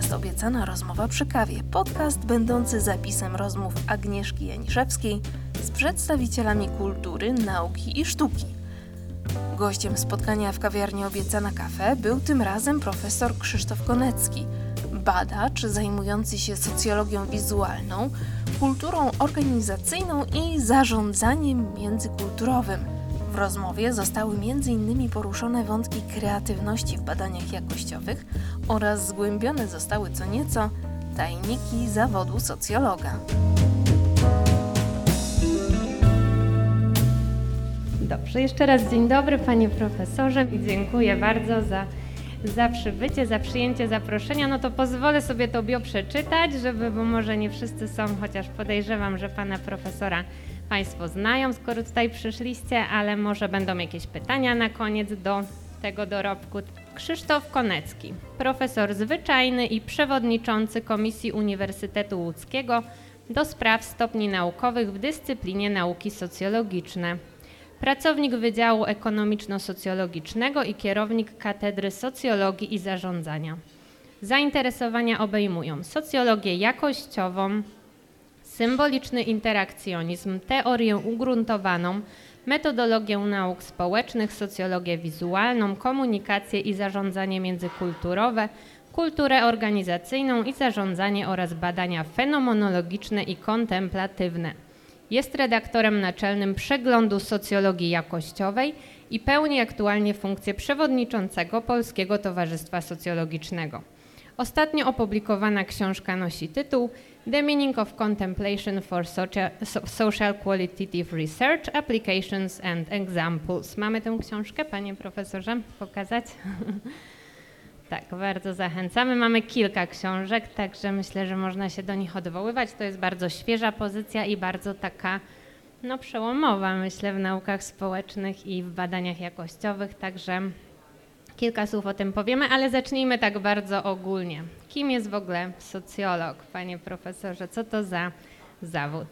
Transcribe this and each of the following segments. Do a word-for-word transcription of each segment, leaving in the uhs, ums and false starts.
podcast Obiecana rozmowa przy kawie. Podcast będący zapisem rozmów Agnieszki Janiszewskiej z przedstawicielami kultury, nauki i sztuki. Gościem spotkania w kawiarni Obiecana Cafe był tym razem profesor Krzysztof Konecki, badacz zajmujący się socjologią wizualną, kulturą organizacyjną i zarządzaniem międzykulturowym. W rozmowie zostały między innymi poruszone wątki kreatywności w badaniach jakościowych oraz zgłębione zostały co nieco tajniki zawodu socjologa. Dobrze, jeszcze raz dzień dobry panie profesorze i dziękuję bardzo za, za przybycie, za przyjęcie zaproszenia. No to pozwolę sobie to bio przeczytać, żeby, bo może nie wszyscy są, chociaż podejrzewam, że pana profesora państwo znają, skoro tutaj przyszliście, ale może będą jakieś pytania na koniec do tego dorobku. Krzysztof Konecki, profesor zwyczajny i przewodniczący Komisji Uniwersytetu Łódzkiego do spraw stopni naukowych w dyscyplinie nauki socjologiczne. Pracownik Wydziału Ekonomiczno-Socjologicznego i kierownik Katedry Socjologii i Zarządzania. Zainteresowania obejmują socjologię jakościową, symboliczny interakcjonizm, teorię ugruntowaną, metodologię nauk społecznych, socjologię wizualną, komunikację i zarządzanie międzykulturowe, kulturę organizacyjną i zarządzanie oraz badania fenomenologiczne i kontemplatywne. Jest redaktorem naczelnym Przeglądu Socjologii Jakościowej i pełni aktualnie funkcję przewodniczącego Polskiego Towarzystwa Socjologicznego. Ostatnio opublikowana książka nosi tytuł The Meaning of Contemplation for Social Qualitative Research, Applications and Examples. Mamy tę książkę, panie profesorze, pokazać? Tak, bardzo zachęcamy. Mamy kilka książek, także myślę, że można się do nich odwoływać. To jest bardzo świeża pozycja i bardzo taka no, przełomowa, myślę, w naukach społecznych i w badaniach jakościowych, także kilka słów o tym powiemy, ale zacznijmy tak bardzo ogólnie. Kim jest w ogóle socjolog, panie profesorze? Co to za zawód?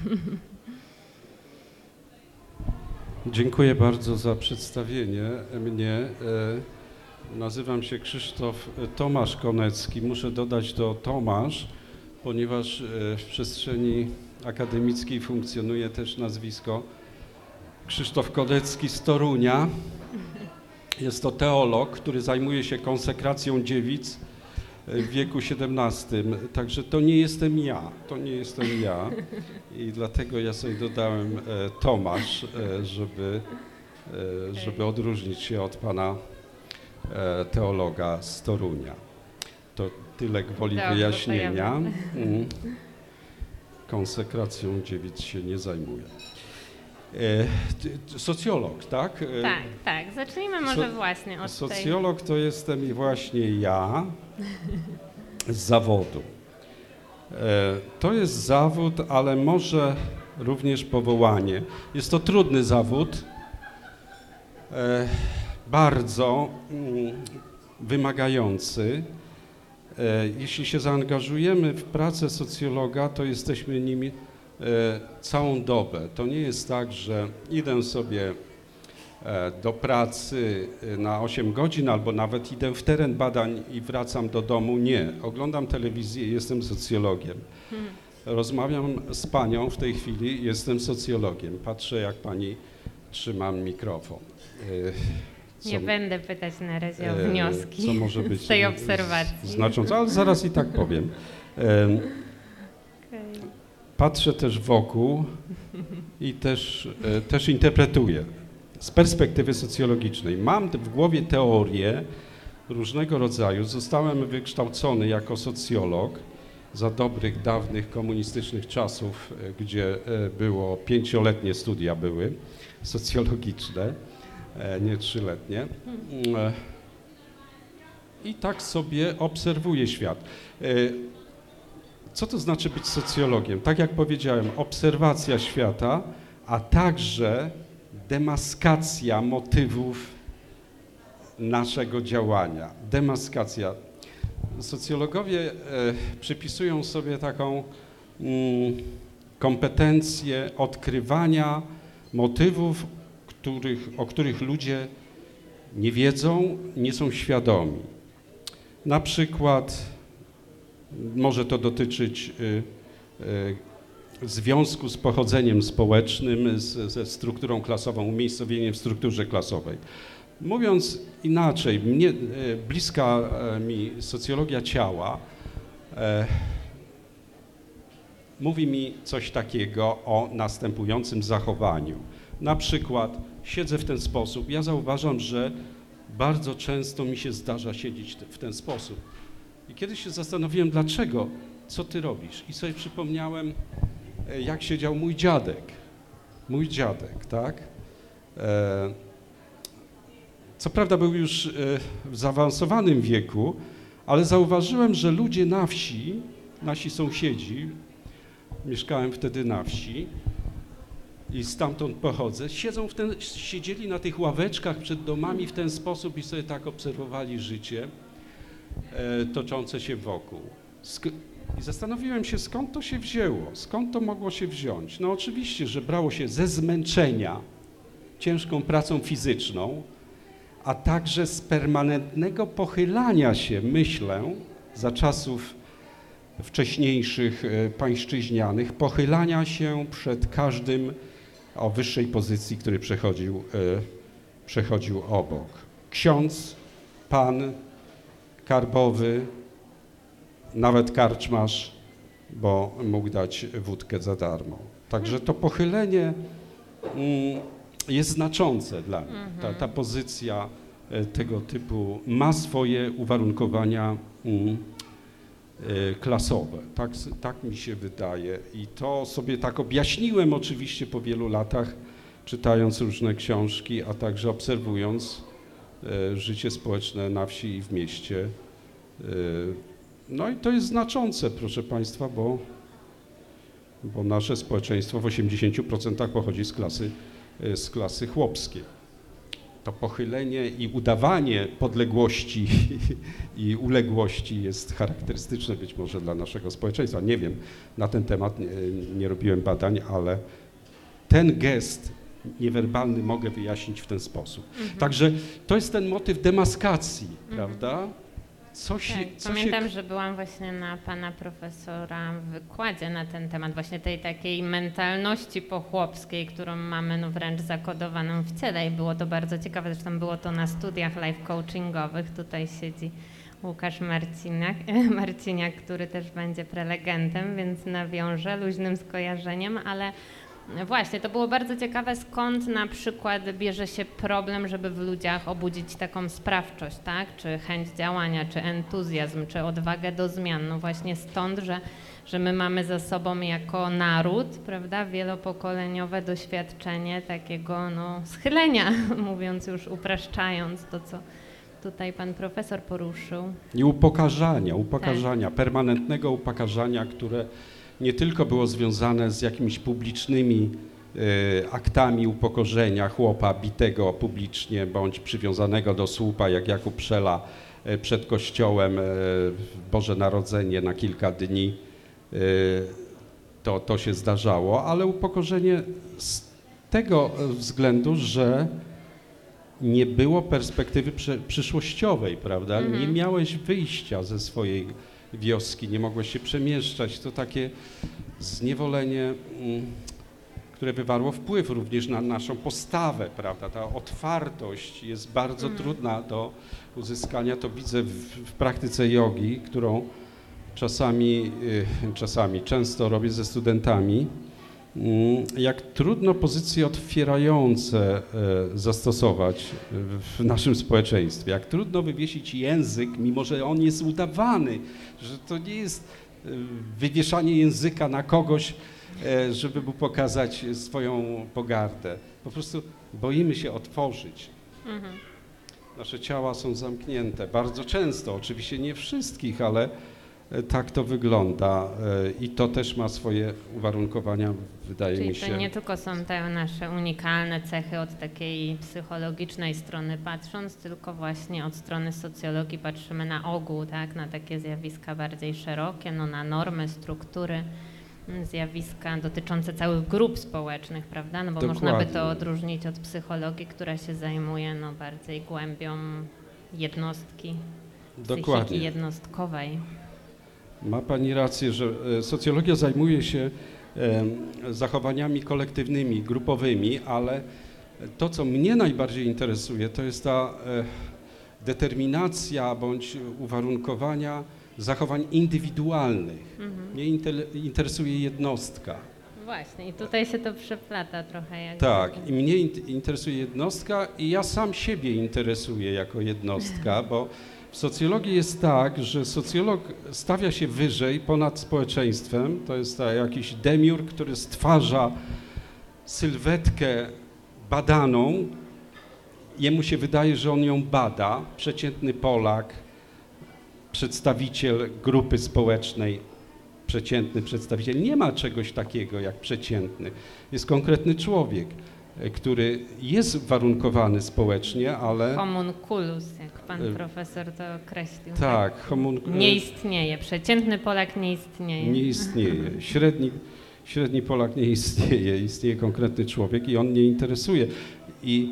Dziękuję bardzo za przedstawienie mnie. Nazywam się Krzysztof Tomasz Konecki. Muszę dodać do Tomasz, ponieważ w przestrzeni akademickiej funkcjonuje też nazwisko Krzysztof Konecki z Torunia. Jest to teolog, który zajmuje się konsekracją dziewic w wieku siedemnastym. Także to nie jestem ja, to nie jestem ja. I dlatego ja sobie dodałem Tomasz, żeby, żeby odróżnić się od pana teologa z Torunia. To tyle gwoli Dobrze, wyjaśnienia. Mm. Konsekracją dziewic się nie zajmuję. E, socjolog, tak? E, tak, tak. Zacznijmy może so, właśnie od Socjolog tej... to jestem i właśnie ja z zawodu. E, to jest zawód, ale może również powołanie. Jest to trudny zawód. E, bardzo mm, wymagający. E, jeśli się zaangażujemy w pracę socjologa, to jesteśmy nimi e, całą dobę. To nie jest tak, że idę sobie e, do pracy na osiem godzin albo nawet idę w teren badań i wracam do domu. Nie. Oglądam telewizję i jestem socjologiem. Hmm. Rozmawiam z panią w tej chwili, jestem socjologiem. Patrzę, jak pani trzyma mikrofon. E, Co, nie będę pytać na razie o wnioski co może być z tej obserwacji. Znaczące, ale zaraz i tak powiem. Patrzę też wokół i też, też interpretuję z perspektywy socjologicznej. Mam w głowie teorie różnego rodzaju. Zostałem wykształcony jako socjolog za dobrych, dawnych komunistycznych czasów, gdzie było pięcioletnie studia były socjologiczne. Nie trzyletnie. I tak sobie obserwuję świat. Co to znaczy być socjologiem? Tak jak powiedziałem, obserwacja świata, a także demaskacja motywów naszego działania. Demaskacja. Socjologowie przypisują sobie taką mm, kompetencję odkrywania motywów, których, o których ludzie nie wiedzą, nie są świadomi. Na przykład Może to dotyczyć y, y, związku z pochodzeniem społecznym, z, ze strukturą klasową, umiejscowieniem w strukturze klasowej. Mówiąc inaczej, mnie, y, bliska y, mi socjologia ciała y, mówi mi coś takiego o następującym zachowaniu. Na przykład siedzę w ten sposób. Ja zauważam, że bardzo często mi się zdarza siedzieć w ten sposób. I kiedyś się zastanowiłem, dlaczego, co ty robisz? I sobie przypomniałem, jak siedział mój dziadek. Mój dziadek, tak? E, co prawda był już e, w zaawansowanym wieku, ale zauważyłem, że ludzie na wsi, nasi sąsiedzi, mieszkałem wtedy na wsi i stamtąd pochodzę, siedzą w ten, siedzieli na tych ławeczkach przed domami w ten sposób i sobie tak obserwowali życie e, toczące się wokół. Sk- I zastanowiłem się, skąd to się wzięło, skąd to mogło się wziąć. No oczywiście, że brało się ze zmęczenia ciężką pracą fizyczną, a także z permanentnego pochylania się, myślę, za czasów wcześniejszych e, pańszczyźnianych, pochylania się przed każdym o wyższej pozycji, który przechodził, e, przechodził obok. Ksiądz, pan karbowy, nawet karczmarz, bo mógł dać wódkę za darmo. Także to pochylenie mm, jest znaczące dla mnie. Ta, ta pozycja e, tego typu ma swoje uwarunkowania mm, klasowe, tak, tak mi się wydaje i to sobie tak objaśniłem oczywiście po wielu latach, czytając różne książki, a także obserwując e, życie społeczne na wsi i w mieście. E, no i to jest znaczące, proszę Państwa, bo, bo nasze społeczeństwo w osiemdziesięciu procentach pochodzi z klasy, e, z klasy chłopskiej. To pochylenie i udawanie podległości i uległości jest charakterystyczne być może dla naszego społeczeństwa. Nie wiem, na ten temat nie, nie robiłem badań, ale ten gest niewerbalny mogę wyjaśnić w ten sposób. Mhm. Także to jest ten motyw demaskacji, mhm. prawda? Co się, tak, co pamiętam, się... że byłam właśnie na pana profesora w wykładzie na ten temat, właśnie tej takiej mentalności pochłopskiej, którą mamy no wręcz zakodowaną w ciele i było to bardzo ciekawe, zresztą było to na studiach life coachingowych, tutaj siedzi Łukasz Marciniak, Marciniak, który też będzie prelegentem, więc nawiążę luźnym skojarzeniem, ale właśnie, to było bardzo ciekawe, skąd na przykład bierze się problem, żeby w ludziach obudzić taką sprawczość, tak? Czy chęć działania, czy entuzjazm, czy odwagę do zmian. No właśnie stąd, że, że my mamy za sobą jako naród, prawda, wielopokoleniowe doświadczenie takiego no, schylenia, mówiąc już upraszczając to, co tutaj pan profesor poruszył. I upokarzania, upokarzania, tak. permanentnego upokarzania, które nie tylko było związane z jakimiś publicznymi y, aktami upokorzenia chłopa bitego publicznie bądź przywiązanego do słupa, jak Jakub Szela y, przed kościołem y, w Boże Narodzenie na kilka dni. Y, to, to się zdarzało, ale upokorzenie z tego względu, że nie było perspektywy przy, przyszłościowej, prawda? Mm-hmm. Nie miałeś wyjścia ze swojej wioski, nie mogłeś się przemieszczać. To takie zniewolenie, które wywarło wpływ również na naszą postawę, prawda? Ta otwartość jest bardzo mm. trudna do uzyskania. To widzę w, w praktyce jogi, którą czasami, czasami często robię ze studentami, jak trudno pozycje otwierające zastosować w naszym społeczeństwie, jak trudno wywiesić język, mimo że on jest udawany, że to nie jest wywieszanie języka na kogoś, żeby mu pokazać swoją pogardę. Po prostu boimy się otworzyć. Mhm. Nasze ciała są zamknięte, bardzo często, oczywiście nie wszystkich, ale tak to wygląda i to też ma swoje uwarunkowania, wydaje Czyli mi się. to nie tylko są te nasze unikalne cechy od takiej psychologicznej strony patrząc, tylko właśnie od strony socjologii patrzymy na ogół, tak, na takie zjawiska bardziej szerokie, no na normy, struktury, zjawiska dotyczące całych grup społecznych, prawda? No bo Dokładnie. można by to odróżnić od psychologii, która się zajmuje no bardziej głębią jednostki, Dokładnie. psychiki jednostkowej. Ma Pani rację, że e, socjologia zajmuje się e, zachowaniami kolektywnymi, grupowymi, ale to, co mnie najbardziej interesuje, to jest ta e, determinacja bądź uwarunkowania zachowań indywidualnych. Mhm. Mnie inter- interesuje jednostka. Właśnie, i tutaj się to przeplata trochę. Jak Tak, i mnie in- interesuje jednostka i ja sam siebie interesuję jako jednostka, bo w socjologii jest tak, że socjolog stawia się wyżej ponad społeczeństwem. To jest ta, jakiś demiurg, który stwarza sylwetkę badaną. Jemu się wydaje, że on ją bada. Przeciętny Polak, przedstawiciel grupy społecznej, przeciętny przedstawiciel. Nie ma czegoś takiego jak przeciętny. Jest konkretny człowiek, który jest warunkowany społecznie, ale... Homunculus, jak pan E, profesor to określił. Tak, homun... Nie istnieje. Przeciętny Polak nie istnieje. nie istnieje. Średni, średni Polak nie istnieje. Istnieje konkretny człowiek i on mnie interesuje. I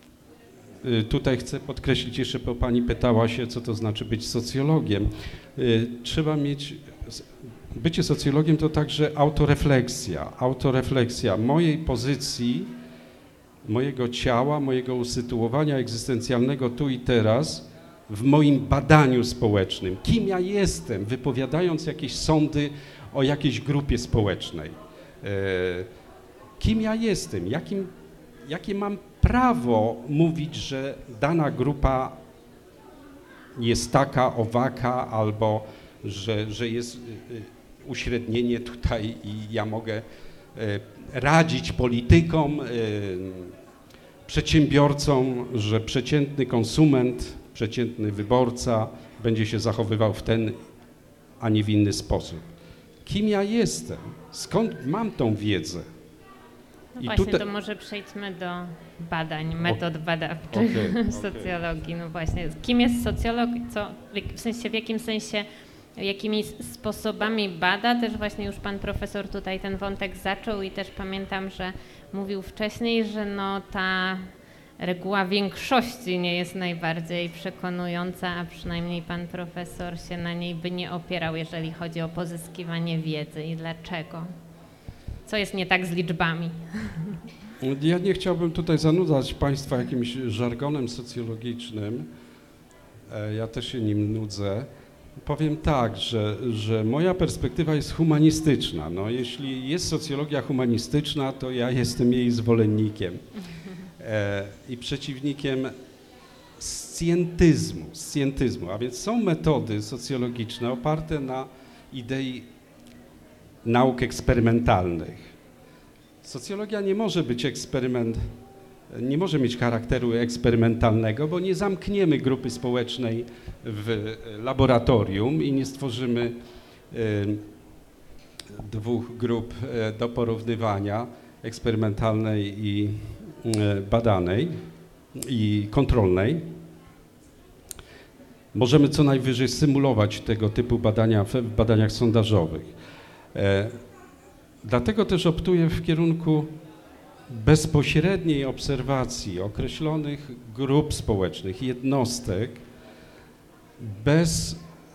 y, tutaj chcę podkreślić jeszcze, bo pani pytała się, co to znaczy być socjologiem. Y, Trzeba mieć... Bycie socjologiem to także autorefleksja. Autorefleksja mojej pozycji, mojego ciała, mojego usytuowania egzystencjalnego tu i teraz w moim badaniu społecznym. Kim ja jestem, wypowiadając jakieś sądy o jakiejś grupie społecznej. E, kim ja jestem, jakim, jakie mam prawo mówić, że dana grupa jest taka, owaka, albo że, że jest uśrednienie tutaj i ja mogę radzić politykom, przedsiębiorcom, że przeciętny konsument, przeciętny wyborca będzie się zachowywał w ten, a nie w inny sposób. Kim ja jestem? Skąd mam tą wiedzę? No I właśnie, tutaj- to może przejdźmy do badań, metod badawczych okej, okej. socjologii. No właśnie, kim jest socjolog, co, w sensie, w jakim sensie, jakimi sposobami bada? Też właśnie już pan profesor tutaj ten wątek zaczął i też pamiętam, że mówił wcześniej, że no ta reguła większości nie jest najbardziej przekonująca, a przynajmniej pan profesor się na niej by nie opierał, jeżeli chodzi o pozyskiwanie wiedzy. I dlaczego? Co jest nie tak z liczbami? Ja nie chciałbym tutaj zanudzać Państwa jakimś żargonem socjologicznym. E, Ja też się nim nudzę. Powiem tak, że, że moja perspektywa jest humanistyczna. No, jeśli jest socjologia humanistyczna, to ja jestem jej zwolennikiem e, i przeciwnikiem scjentyzmu, scjentyzmu. A więc są metody socjologiczne oparte na idei nauk eksperymentalnych. Socjologia nie może być eksperyment, nie może mieć charakteru eksperymentalnego, bo nie zamkniemy grupy społecznej w laboratorium i nie stworzymy y, dwóch grup y, do porównywania, eksperymentalnej i y, badanej i kontrolnej. Możemy co najwyżej symulować tego typu badania w badaniach sondażowych. E, Dlatego też optuję w kierunku bezpośredniej obserwacji określonych grup społecznych, jednostek, bez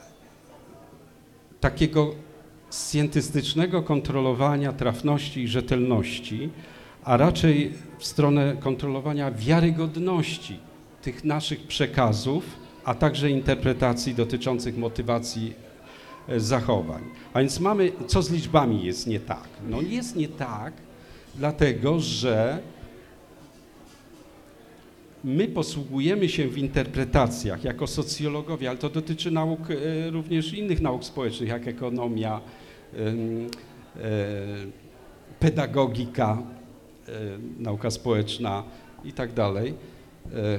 takiego scjentystycznego kontrolowania trafności i rzetelności, a raczej w stronę kontrolowania wiarygodności tych naszych przekazów, a także interpretacji dotyczących motywacji zachowań. A więc mamy, co z liczbami jest nie tak? No jest nie tak, dlatego że my posługujemy się w interpretacjach jako socjologowie, ale to dotyczy nauk, e, również innych nauk społecznych, jak ekonomia, e, e, pedagogika, e, nauka społeczna i tak dalej. E,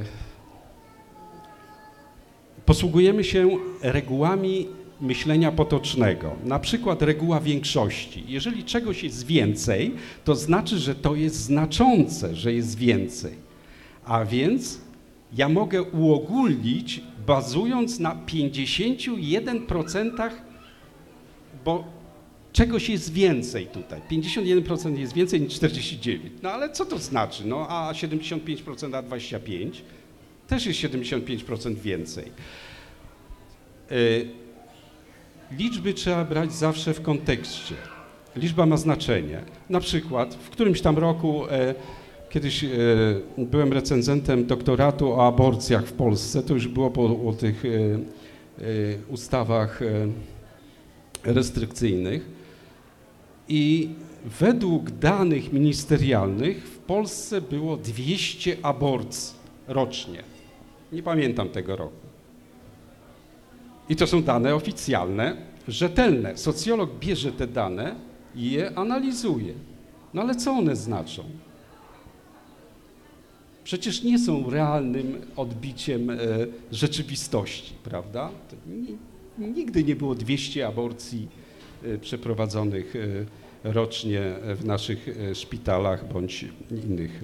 posługujemy się regułami myślenia potocznego, na przykład reguła większości. Jeżeli czegoś jest więcej, to znaczy, że to jest znaczące, że jest więcej. A więc ja mogę uogólnić, bazując na pięćdziesięciu jeden procent, bo czegoś jest więcej tutaj. pięćdziesiąt jeden procent jest więcej niż czterdzieści dziewięć procent. No ale co to znaczy? No a siedemdziesiąt pięć procent, a dwadzieścia pięć procent też jest siedemdziesiąt pięć procent więcej. liczby trzeba brać zawsze w kontekście. Liczba ma znaczenie. Na przykład w którymś tam roku, e, kiedyś e, byłem recenzentem doktoratu o aborcjach w Polsce, to już było po o tych e, e, ustawach e, restrykcyjnych i według danych ministerialnych w Polsce było dwieście aborcji rocznie. Nie pamiętam tego roku. I to są dane oficjalne, rzetelne. Socjolog bierze te dane i je analizuje. No ale co one znaczą? Przecież nie są realnym odbiciem e, rzeczywistości, prawda? To ni- nigdy nie było dwieście aborcji e, przeprowadzonych e, rocznie w naszych e, szpitalach bądź innych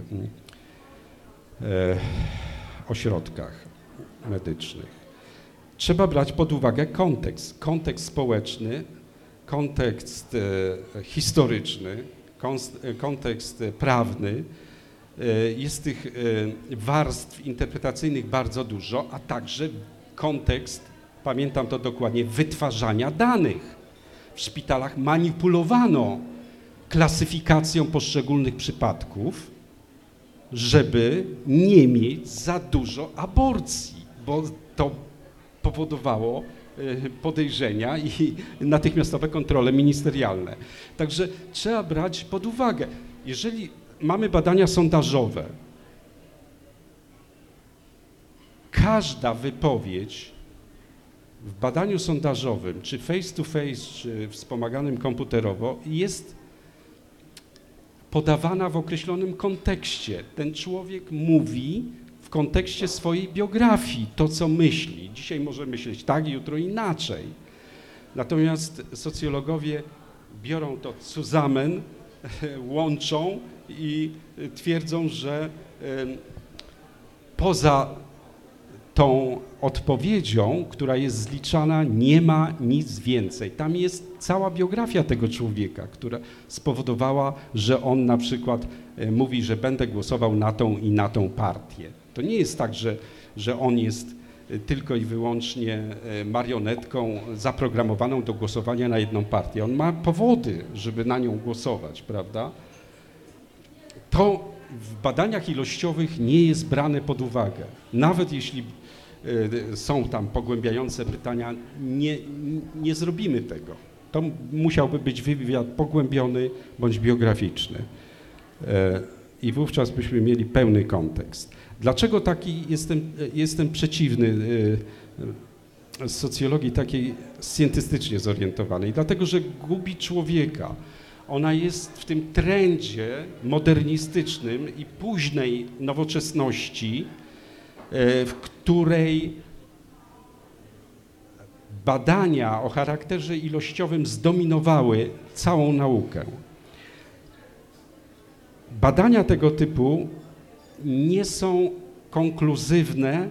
e, ośrodkach medycznych. Trzeba brać pod uwagę kontekst, kontekst społeczny, kontekst e, historyczny, konst, e, kontekst prawny. E, jest tych e, warstw interpretacyjnych bardzo dużo, a także kontekst, pamiętam to dokładnie, wytwarzania danych. W szpitalach manipulowano klasyfikacją poszczególnych przypadków, żeby nie mieć za dużo aborcji, bo to powodowało podejrzenia i natychmiastowe kontrole ministerialne. Także trzeba brać pod uwagę, jeżeli mamy badania sondażowe, każda wypowiedź w badaniu sondażowym, czy face to face, czy wspomaganym komputerowo, jest podawana w określonym kontekście. Ten człowiek mówi w kontekście swojej biografii, to co myśli. Dzisiaj może myśleć tak, jutro inaczej. Natomiast socjologowie biorą to zusammen, łączą i twierdzą, że poza tą odpowiedzią, która jest zliczana, nie ma nic więcej. Tam jest cała biografia tego człowieka, która spowodowała, że on na przykład mówi, że będę głosował na tą i na tą partię. To nie jest tak, że, że on jest tylko i wyłącznie marionetką zaprogramowaną do głosowania na jedną partię. On ma powody, żeby na nią głosować, prawda? To w badaniach ilościowych nie jest brane pod uwagę. Nawet jeśli są tam pogłębiające pytania, nie, nie zrobimy tego. To musiałby być wywiad pogłębiony bądź biograficzny. I wówczas byśmy mieli pełny kontekst. Dlaczego taki jestem, jestem przeciwny z socjologii takiej scientystycznie zorientowanej? Dlatego, że gubi człowieka. Ona jest w tym trendzie modernistycznym i późnej nowoczesności, w której badania o charakterze ilościowym zdominowały całą naukę. Badania tego typu nie są konkluzywne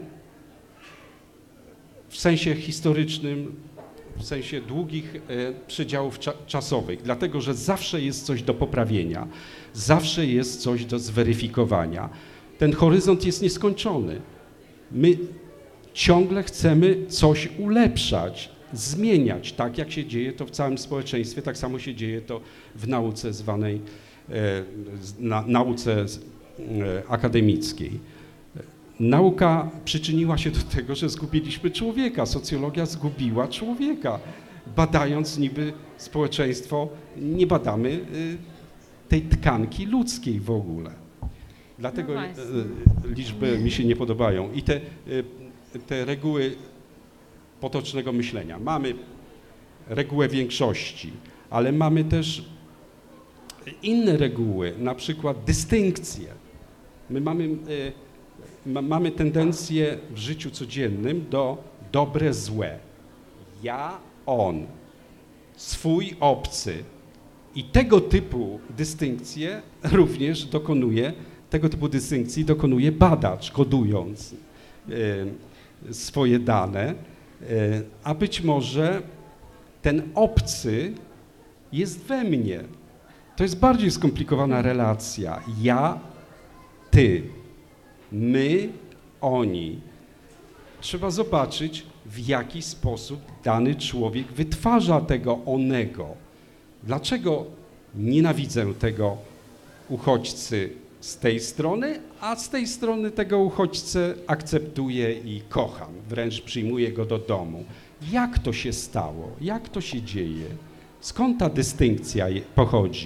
w sensie historycznym, w sensie długich e, przedziałów cza czasowych, dlatego że zawsze jest coś do poprawienia, zawsze jest coś do zweryfikowania. Ten horyzont jest nieskończony. My ciągle chcemy coś ulepszać, zmieniać, tak jak się dzieje to w całym społeczeństwie, tak samo się dzieje to w nauce zwanej e, na, nauce e, akademickiej. Nauka przyczyniła się do tego, że zgubiliśmy człowieka. Socjologia zgubiła człowieka. Badając niby społeczeństwo, nie badamy y, tej tkanki ludzkiej w ogóle. Dlatego No y, liczby mi się nie podobają. I te, y, te reguły potocznego myślenia. Mamy regułę większości, ale mamy też inne reguły, na przykład dystynkcje. My mamy... Y, Mamy tendencję w życiu codziennym do dobre, złe. Ja, on, swój, obcy. I tego typu dystynkcje również dokonuje, tego typu dystynkcji dokonuje badacz, kodując e, swoje dane, e, a być może ten obcy jest we mnie. To jest bardziej skomplikowana relacja. Ja, ty. My, oni. Trzeba zobaczyć, w jaki sposób dany człowiek wytwarza tego onego. Dlaczego nienawidzę tego uchodźcy z tej strony, a z tej strony tego uchodźcę akceptuję i kocham, wręcz przyjmuję go do domu. Jak to się stało? Jak to się dzieje? Skąd ta dystynkcja pochodzi?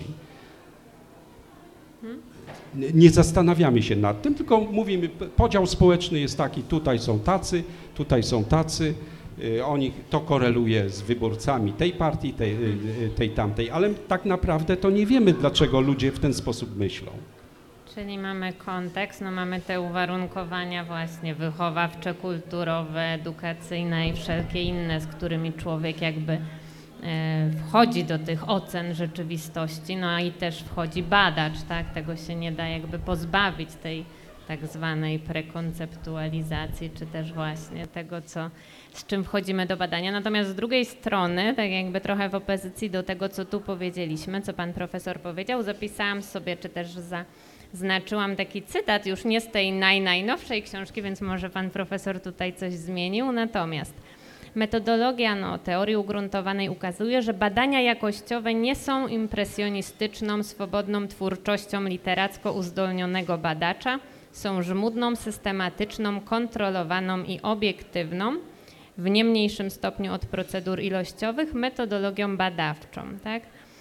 Nie zastanawiamy się nad tym, tylko mówimy, podział społeczny jest taki, tutaj są tacy, tutaj są tacy, oni, to koreluje z wyborcami tej partii, tej, tej tamtej, ale tak naprawdę to nie wiemy, dlaczego ludzie w ten sposób myślą. Czyli mamy kontekst, no mamy te uwarunkowania właśnie wychowawcze, kulturowe, edukacyjne i wszelkie inne, z którymi człowiek jakby e, wchodzi do tych ocen rzeczywistości, no i też wchodzi badacz, tak? Tego się nie da jakby pozbawić, tej tak zwanej prekonceptualizacji, czy też właśnie tego, co, z czym wchodzimy do badania. Natomiast z drugiej strony, tak jakby trochę w opozycji do tego, co tu powiedzieliśmy, co pan profesor powiedział, zapisałam sobie, czy też za Znaczyłam taki cytat już nie z tej naj, najnowszej książki, więc może pan profesor tutaj coś zmienił. Natomiast metodologia no, teorii ugruntowanej ukazuje, że badania jakościowe nie są impresjonistyczną, swobodną twórczością literacko uzdolnionego badacza, są żmudną, systematyczną, kontrolowaną i obiektywną, w nie mniejszym stopniu od procedur ilościowych, metodologią badawczą. Tak?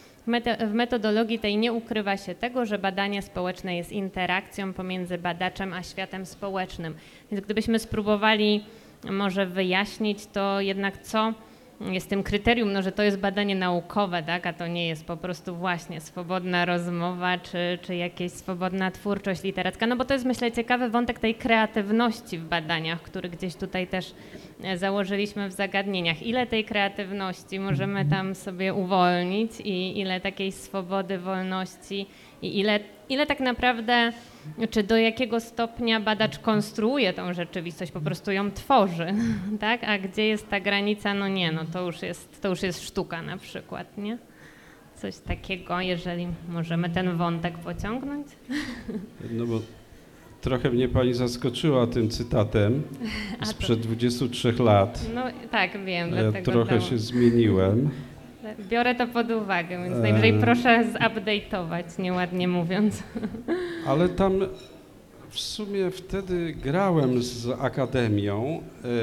W metodologii tej nie ukrywa się tego, że badanie społeczne jest interakcją pomiędzy badaczem a światem społecznym. Więc gdybyśmy spróbowali może wyjaśnić to jednak, co jest tym kryterium, no, że to jest badanie naukowe, tak, a to nie jest po prostu właśnie swobodna rozmowa czy, czy jakaś swobodna twórczość literacka, no bo to jest, myślę, ciekawy wątek tej kreatywności w badaniach, który gdzieś tutaj też założyliśmy w zagadnieniach. Ile tej kreatywności możemy tam sobie uwolnić i ile takiej swobody, wolności i ile, ile tak naprawdę, czy do jakiego stopnia badacz konstruuje tą rzeczywistość, po prostu ją tworzy, tak? A gdzie jest ta granica? No nie, no to już jest, to już jest sztuka na przykład, nie? Coś takiego, jeżeli możemy ten wątek pociągnąć. No bo trochę mnie pani zaskoczyła tym cytatem sprzed dwudziestu trzech lat. No tak, wiem, Ja dlatego trochę to... się zmieniłem. Biorę to pod uwagę, więc najwyżej proszę zupdate'ować, nieładnie mówiąc. Ale tam w sumie wtedy grałem z akademią,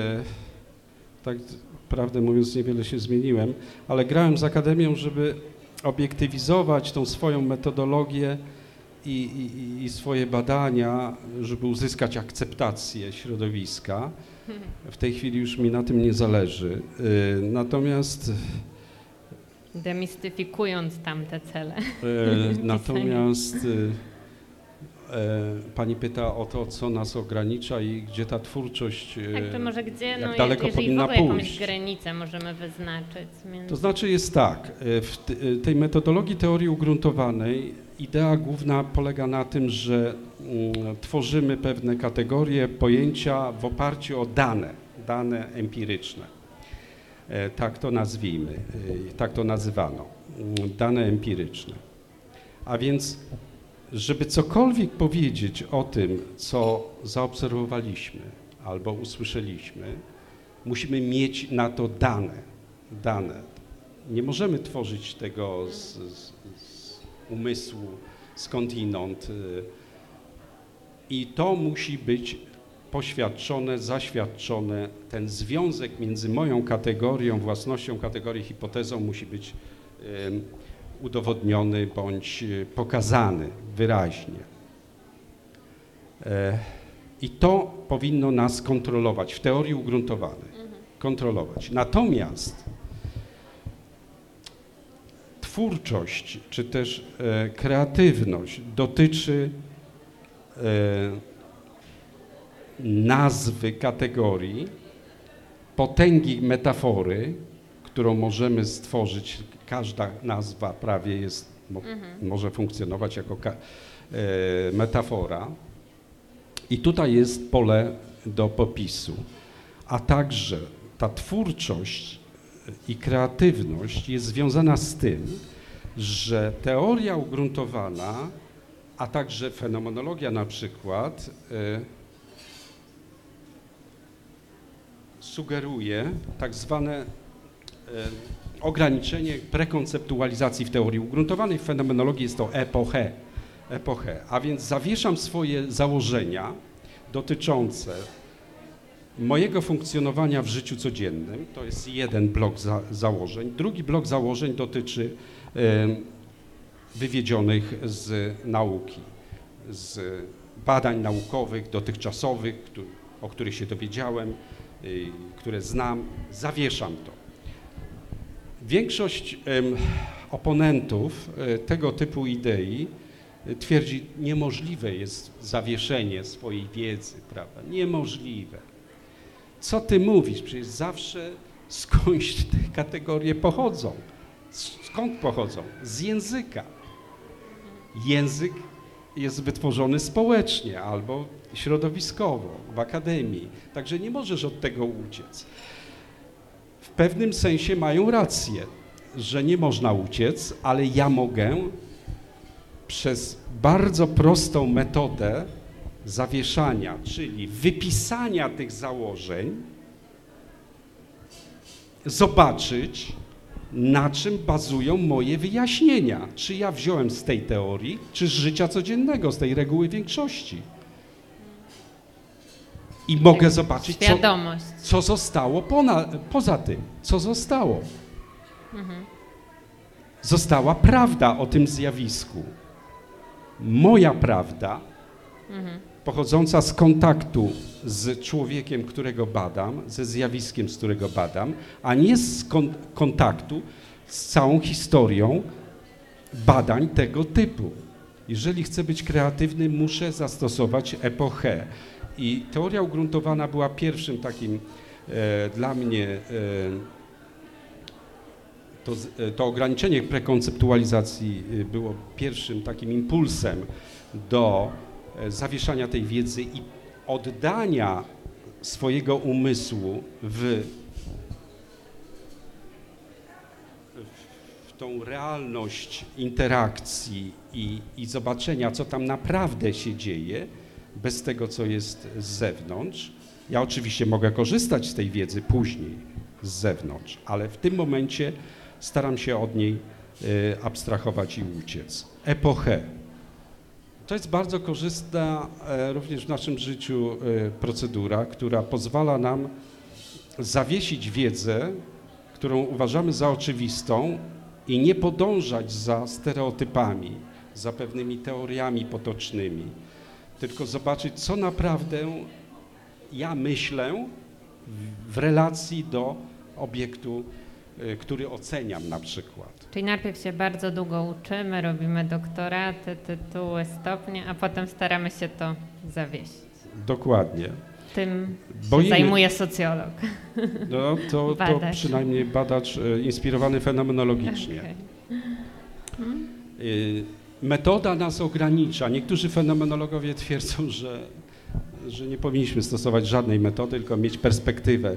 tak prawdę mówiąc niewiele się zmieniłem, ale grałem z akademią, żeby obiektywizować tą swoją metodologię i, i, i swoje badania, żeby uzyskać akceptację środowiska. W tej chwili już mi na tym nie zależy. Natomiast demistyfikując tamte cele. E, natomiast e, e, pani pyta o to, co nas ogranicza i gdzie ta twórczość, e, tak, to może gdzie, jak no, daleko jeżeli powinna w ogóle pójść. jakąś granicę możemy wyznaczyć. Między... To znaczy jest tak, e, w t, tej metodologii teorii ugruntowanej idea główna polega na tym, że mm, tworzymy pewne kategorie, pojęcia w oparciu o dane, dane empiryczne. Tak to nazwijmy, tak to nazywano, dane empiryczne. A więc, żeby cokolwiek powiedzieć o tym, co zaobserwowaliśmy albo usłyszeliśmy, musimy mieć na to dane. dane. Nie możemy tworzyć tego z, z, z umysłu, skądinąd. I to musi być poświadczone, zaświadczone, ten związek między moją kategorią, własnością kategorii, hipotezą musi być um, udowodniony bądź pokazany wyraźnie. E, I to powinno nas kontrolować w teorii ugruntowanej, kontrolować. Natomiast twórczość czy też e, kreatywność dotyczy e, nazwy kategorii, potęgi metafory, którą możemy stworzyć. Każda nazwa prawie jest, mo, mhm. może funkcjonować jako ka, e, metafora. I tutaj jest pole do popisu. A także ta twórczość i kreatywność jest związana z tym, że teoria ugruntowana, a także fenomenologia na przykład, e, sugeruje tak zwane e, ograniczenie prekonceptualizacji w teorii ugruntowanej. W fenomenologii jest to epoche, epoche, a więc zawieszam swoje założenia dotyczące mojego funkcjonowania w życiu codziennym. To jest jeden blok za, założeń. Drugi blok założeń dotyczy e, wywiedzionych z nauki, z badań naukowych, dotychczasowych, który, o których się dowiedziałem, y, które znam. Zawieszam to. Większość y, oponentów y, tego typu idei y, twierdzi, niemożliwe jest zawieszenie swojej wiedzy, prawda? Niemożliwe. Co ty mówisz? Przecież zawsze skądś te kategorie pochodzą. Skąd pochodzą? Z języka. Język jest wytworzony społecznie albo środowiskowo, w akademii. Także nie możesz od tego uciec. W pewnym sensie mają rację, że nie można uciec, ale ja mogę przez bardzo prostą metodę zawieszania, czyli wypisania tych założeń, zobaczyć, na czym bazują moje wyjaśnienia. Czy ja wziąłem z tej teorii, czy z życia codziennego, z tej reguły większości. I mogę zobaczyć, co, co zostało pona, poza tym, co zostało. Mhm. Została prawda o tym zjawisku. Moja prawda, mhm. pochodząca z kontaktu z człowiekiem, którego badam, ze zjawiskiem, z którego badam, a nie z kon kontaktu z całą historią badań tego typu. Jeżeli chcę być kreatywny, muszę zastosować epochę. I teoria ugruntowana była pierwszym takim e, dla mnie e, to, e, to ograniczenie prekonceptualizacji było pierwszym takim impulsem do e, zawieszania tej wiedzy i oddania swojego umysłu w, w tą realność interakcji i, i zobaczenia, co tam naprawdę się dzieje, bez tego, co jest z zewnątrz. Ja oczywiście mogę korzystać z tej wiedzy później z zewnątrz, ale w tym momencie staram się od niej y, abstrahować i uciec. Epochę. To jest bardzo korzystna e, również w naszym życiu e, procedura, która pozwala nam zawiesić wiedzę, którą uważamy za oczywistą i nie podążać za stereotypami, za pewnymi teoriami potocznymi, tylko zobaczyć, co naprawdę ja myślę w relacji do obiektu, który oceniam na przykład. Czyli najpierw się bardzo długo uczymy, robimy doktoraty, tytuły, stopnie, a potem staramy się to zawieść. Dokładnie. Tym Boimy, się zajmuje socjolog. No, to, to przynajmniej badacz inspirowany fenomenologicznie. Okay. Hmm? Metoda nas ogranicza. Niektórzy fenomenologowie twierdzą, że, że nie powinniśmy stosować żadnej metody, tylko mieć perspektywę,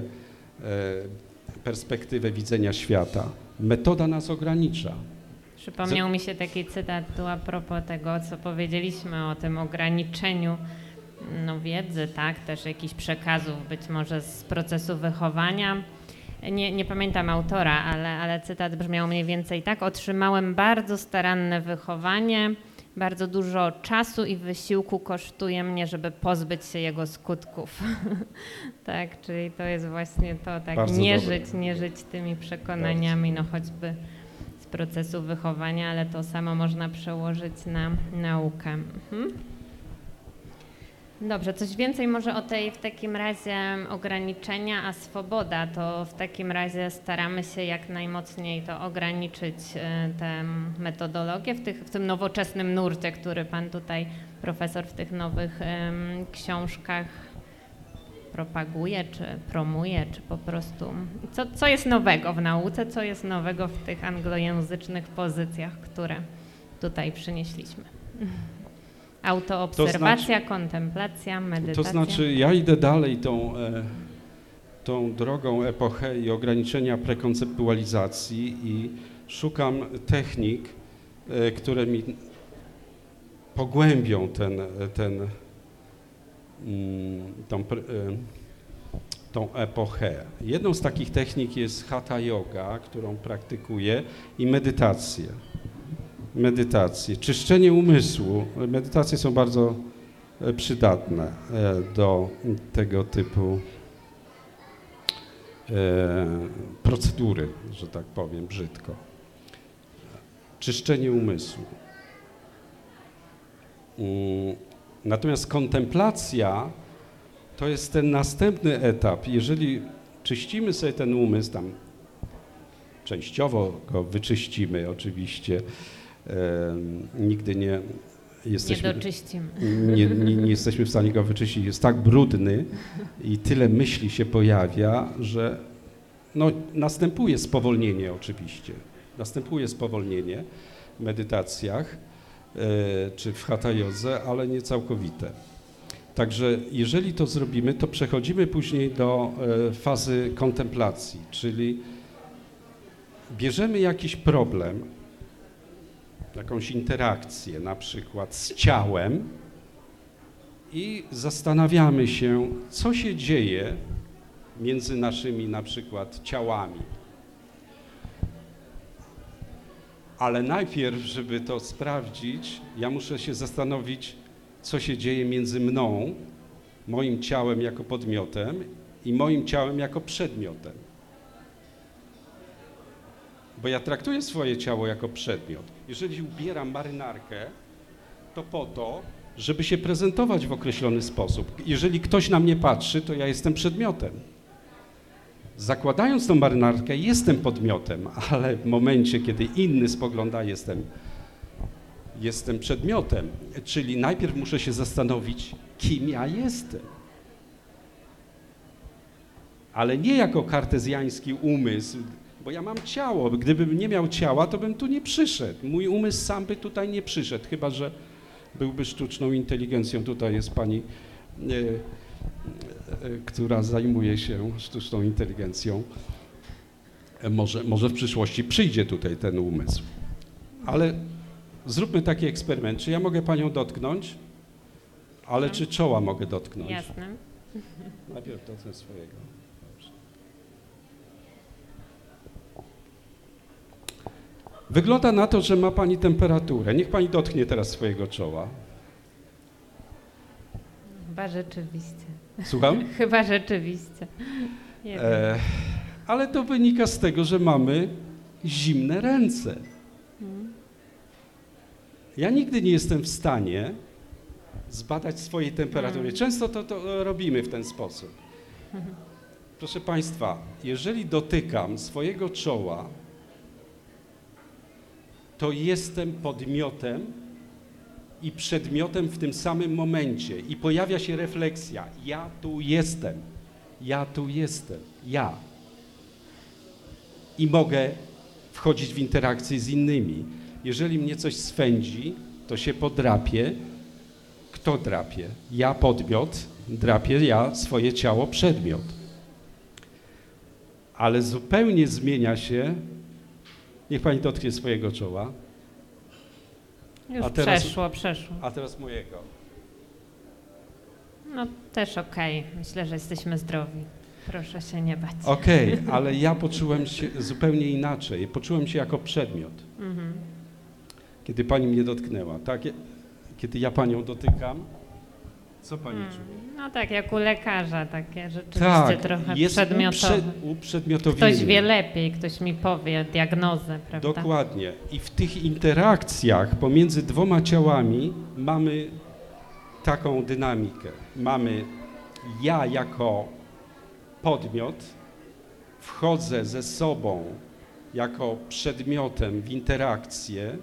perspektywę widzenia świata. Metoda nas ogranicza. Przypomniał mi się taki cytat tu a propos tego, co powiedzieliśmy o tym ograniczeniu no, wiedzy, tak, też jakichś przekazów, być może z procesu wychowania. Nie, nie pamiętam autora, ale, ale cytat brzmiał mniej więcej tak: otrzymałem bardzo staranne wychowanie, bardzo dużo czasu i wysiłku kosztuje mnie, żeby pozbyć się jego skutków. Tak, czyli to jest właśnie to, tak, bardzo nie dobre. żyć, nie żyć tymi przekonaniami, bardzo. no choćby z procesu wychowania, ale to samo można przełożyć na naukę. Mhm. Dobrze, coś więcej może o tej w takim razie ograniczenia, a swoboda, to w takim razie staramy się jak najmocniej to ograniczyć tę metodologię w, tych, w tym nowoczesnym nurcie, który pan tutaj, profesor, w tych nowych um, książkach propaguje, czy promuje, czy po prostu, co, co jest nowego w nauce, co jest nowego w tych anglojęzycznych pozycjach, które tutaj przynieśliśmy. Autoobserwacja, to znaczy, kontemplacja, medytacja. To znaczy, ja idę dalej tą, e, tą drogą epochę i ograniczenia prekonceptualizacji i szukam technik, e, które mi pogłębią ten, ten, mm, tą, e, tą epochę. Jedną z takich technik jest hatha yoga, którą praktykuję, i medytacje. Medytacje, czyszczenie umysłu. Medytacje są bardzo przydatne do tego typu procedury, że tak powiem brzydko. Czyszczenie umysłu. Natomiast kontemplacja to jest ten następny etap. Jeżeli czyścimy sobie ten umysł, tam częściowo go wyczyścimy oczywiście, e, nigdy nie jesteśmy, nie doczyścimy. Nie, nie, nie jesteśmy w stanie go wyczyścić. Jest tak brudny i tyle myśli się pojawia, że no, następuje spowolnienie oczywiście. Następuje spowolnienie w medytacjach e, czy w hatha jodze, ale nie całkowite. Także jeżeli to zrobimy, to przechodzimy później do e, fazy kontemplacji, czyli bierzemy jakiś problem, jakąś interakcję na przykład z ciałem i zastanawiamy się, co się dzieje między naszymi na przykład ciałami. Ale najpierw, żeby to sprawdzić, ja muszę się zastanowić, co się dzieje między mną, moim ciałem jako podmiotem i moim ciałem jako przedmiotem. Bo ja traktuję swoje ciało jako przedmiot. Jeżeli ubieram marynarkę, to po to, żeby się prezentować w określony sposób. Jeżeli ktoś na mnie patrzy, to ja jestem przedmiotem. Zakładając tą marynarkę, jestem podmiotem, ale w momencie, kiedy inny spogląda, jestem, jestem przedmiotem. Czyli najpierw muszę się zastanowić, kim ja jestem. Ale nie jako kartezjański umysł, bo ja mam ciało. Gdybym nie miał ciała, to bym tu nie przyszedł. Mój umysł sam by tutaj nie przyszedł, chyba że byłby sztuczną inteligencją. Tutaj jest pani, e, e, która zajmuje się sztuczną inteligencją. E, może, może w przyszłości przyjdzie tutaj ten umysł. Ale zróbmy taki eksperyment. Czy ja mogę panią dotknąć? Ale czy czoła mogę dotknąć? Jasne. Najpierw dotknę swojego. Wygląda na to, że ma pani temperaturę. Niech pani dotknie teraz swojego czoła. Chyba rzeczywiście. Słucham? Chyba rzeczywiście. Nie E, ale to wynika z tego, że mamy zimne ręce. Ja nigdy nie jestem w stanie zbadać swojej temperatury. Często to, to robimy w ten sposób. Proszę państwa, jeżeli dotykam swojego czoła, to jestem podmiotem i przedmiotem w tym samym momencie i pojawia się refleksja. Ja tu jestem, ja tu jestem, ja. I mogę wchodzić w interakcję z innymi. Jeżeli mnie coś swędzi, to się podrapię. Kto drapie? Ja podmiot, drapię ja swoje ciało przedmiot. Ale zupełnie zmienia się. Niech pani dotknie swojego czoła. Już A teraz- przeszło, przeszło. A teraz mojego. No też okej. Myślę, że jesteśmy zdrowi. Proszę się nie bać. Okej, ale ja poczułem się zupełnie inaczej. Poczułem się jako przedmiot, Mhm. kiedy pani mnie dotknęła. Tak? Kiedy ja panią dotykam, co pani Mm. czuje? No tak, jak u lekarza takie rzeczywiście Tak, trochę jest przedmiotowe. uprze- uprzedmiotowienie. Ktoś wie lepiej, ktoś mi powie diagnozę, prawda? Dokładnie. I w tych interakcjach pomiędzy dwoma ciałami mamy taką dynamikę. Mamy ja jako podmiot, wchodzę ze sobą jako przedmiotem w interakcję,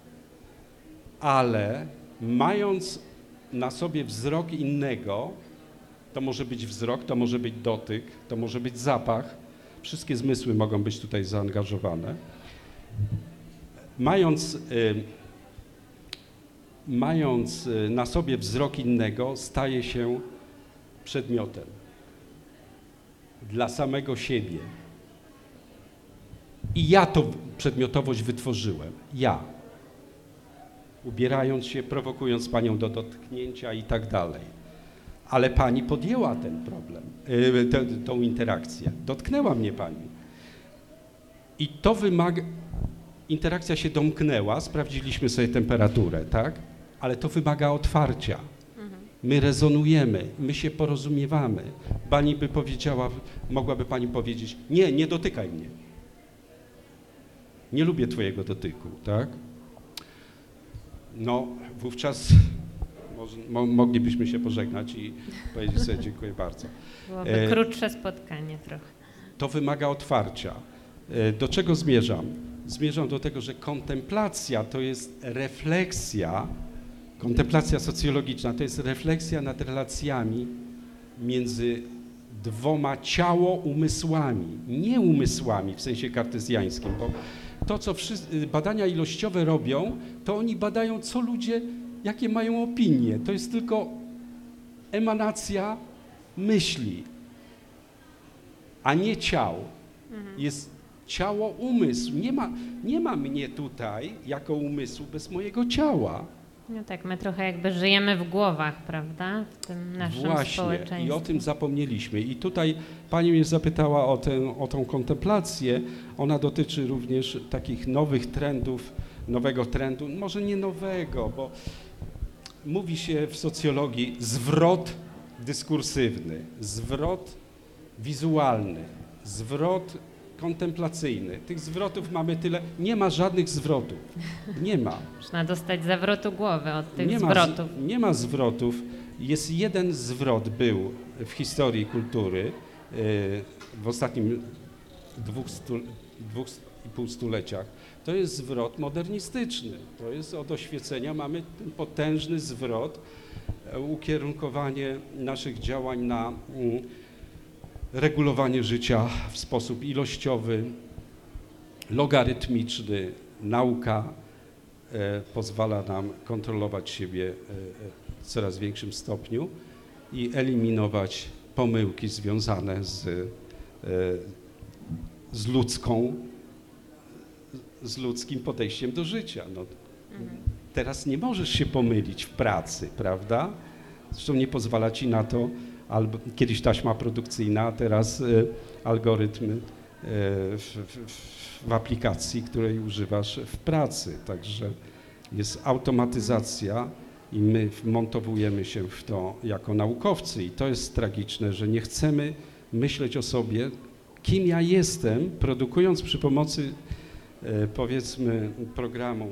ale mając na sobie wzrok innego, to może być wzrok, to może być dotyk, to może być zapach, wszystkie zmysły mogą być tutaj zaangażowane. Mając, y, mając y, na sobie wzrok innego, staje się przedmiotem dla samego siebie. I ja tą przedmiotowość wytworzyłem. Ja. Ubierając się, prowokując panią do dotknięcia i tak dalej. Ale pani podjęła ten problem. y, tę, tą interakcję. Dotknęła mnie pani. I to wymaga, interakcja się domknęła, sprawdziliśmy sobie temperaturę, tak? Ale to wymaga otwarcia. My rezonujemy, my się porozumiewamy. Pani by powiedziała, mogłaby pani powiedzieć, nie, nie dotykaj mnie. Nie lubię twojego dotyku, tak? No, wówczas może, mo, moglibyśmy się pożegnać i powiedzieć sobie dziękuję bardzo. Byłoby E, krótsze spotkanie trochę. To wymaga otwarcia. E, do czego zmierzam? Zmierzam do tego, że kontemplacja to jest refleksja, kontemplacja socjologiczna to jest refleksja nad relacjami między dwoma ciało-umysłami, nie umysłami w sensie kartezjańskim, bo to, co wszyscy, badania ilościowe robią, to oni badają, co ludzie, jakie mają opinie. To jest tylko emanacja myśli, a nie ciał. Jest ciało, umysł. Nie ma, nie ma mnie tutaj jako umysłu bez mojego ciała. No tak, my trochę jakby żyjemy w głowach, prawda, w tym naszym Właśnie, społeczeństwie. i o tym zapomnieliśmy. I tutaj pani mnie zapytała o tę, o tą kontemplację. Ona dotyczy również takich nowych trendów, nowego trendu, może nie nowego, bo mówi się w socjologii zwrot dyskursywny, zwrot wizualny, zwrot kontemplacyjny. Tych zwrotów mamy tyle. Nie ma żadnych zwrotów. Nie ma. Można dostać zawrotu głowy od tych nie zwrotów. Ma, z- nie ma zwrotów. Jest jeden zwrot był w historii kultury yy, w ostatnim dwóch, stu, dwóch i pół stuleciach. To jest zwrot modernistyczny. To jest od oświecenia. Mamy ten potężny zwrot, e, ukierunkowanie naszych działań na mm, regulowanie życia w sposób ilościowy, logarytmiczny. Nauka e, pozwala nam kontrolować siebie e, w coraz większym stopniu i eliminować pomyłki związane z, e, z ludzką, z ludzkim podejściem do życia. No, teraz nie możesz się pomylić w pracy, prawda? Zresztą nie pozwala ci na to albo kiedyś taśma produkcyjna, a teraz y, algorytm y, w, w, w aplikacji, której używasz w pracy. Także jest automatyzacja i my wmontowujemy się w to jako naukowcy i to jest tragiczne, że nie chcemy myśleć o sobie, kim ja jestem, produkując przy pomocy y, powiedzmy programu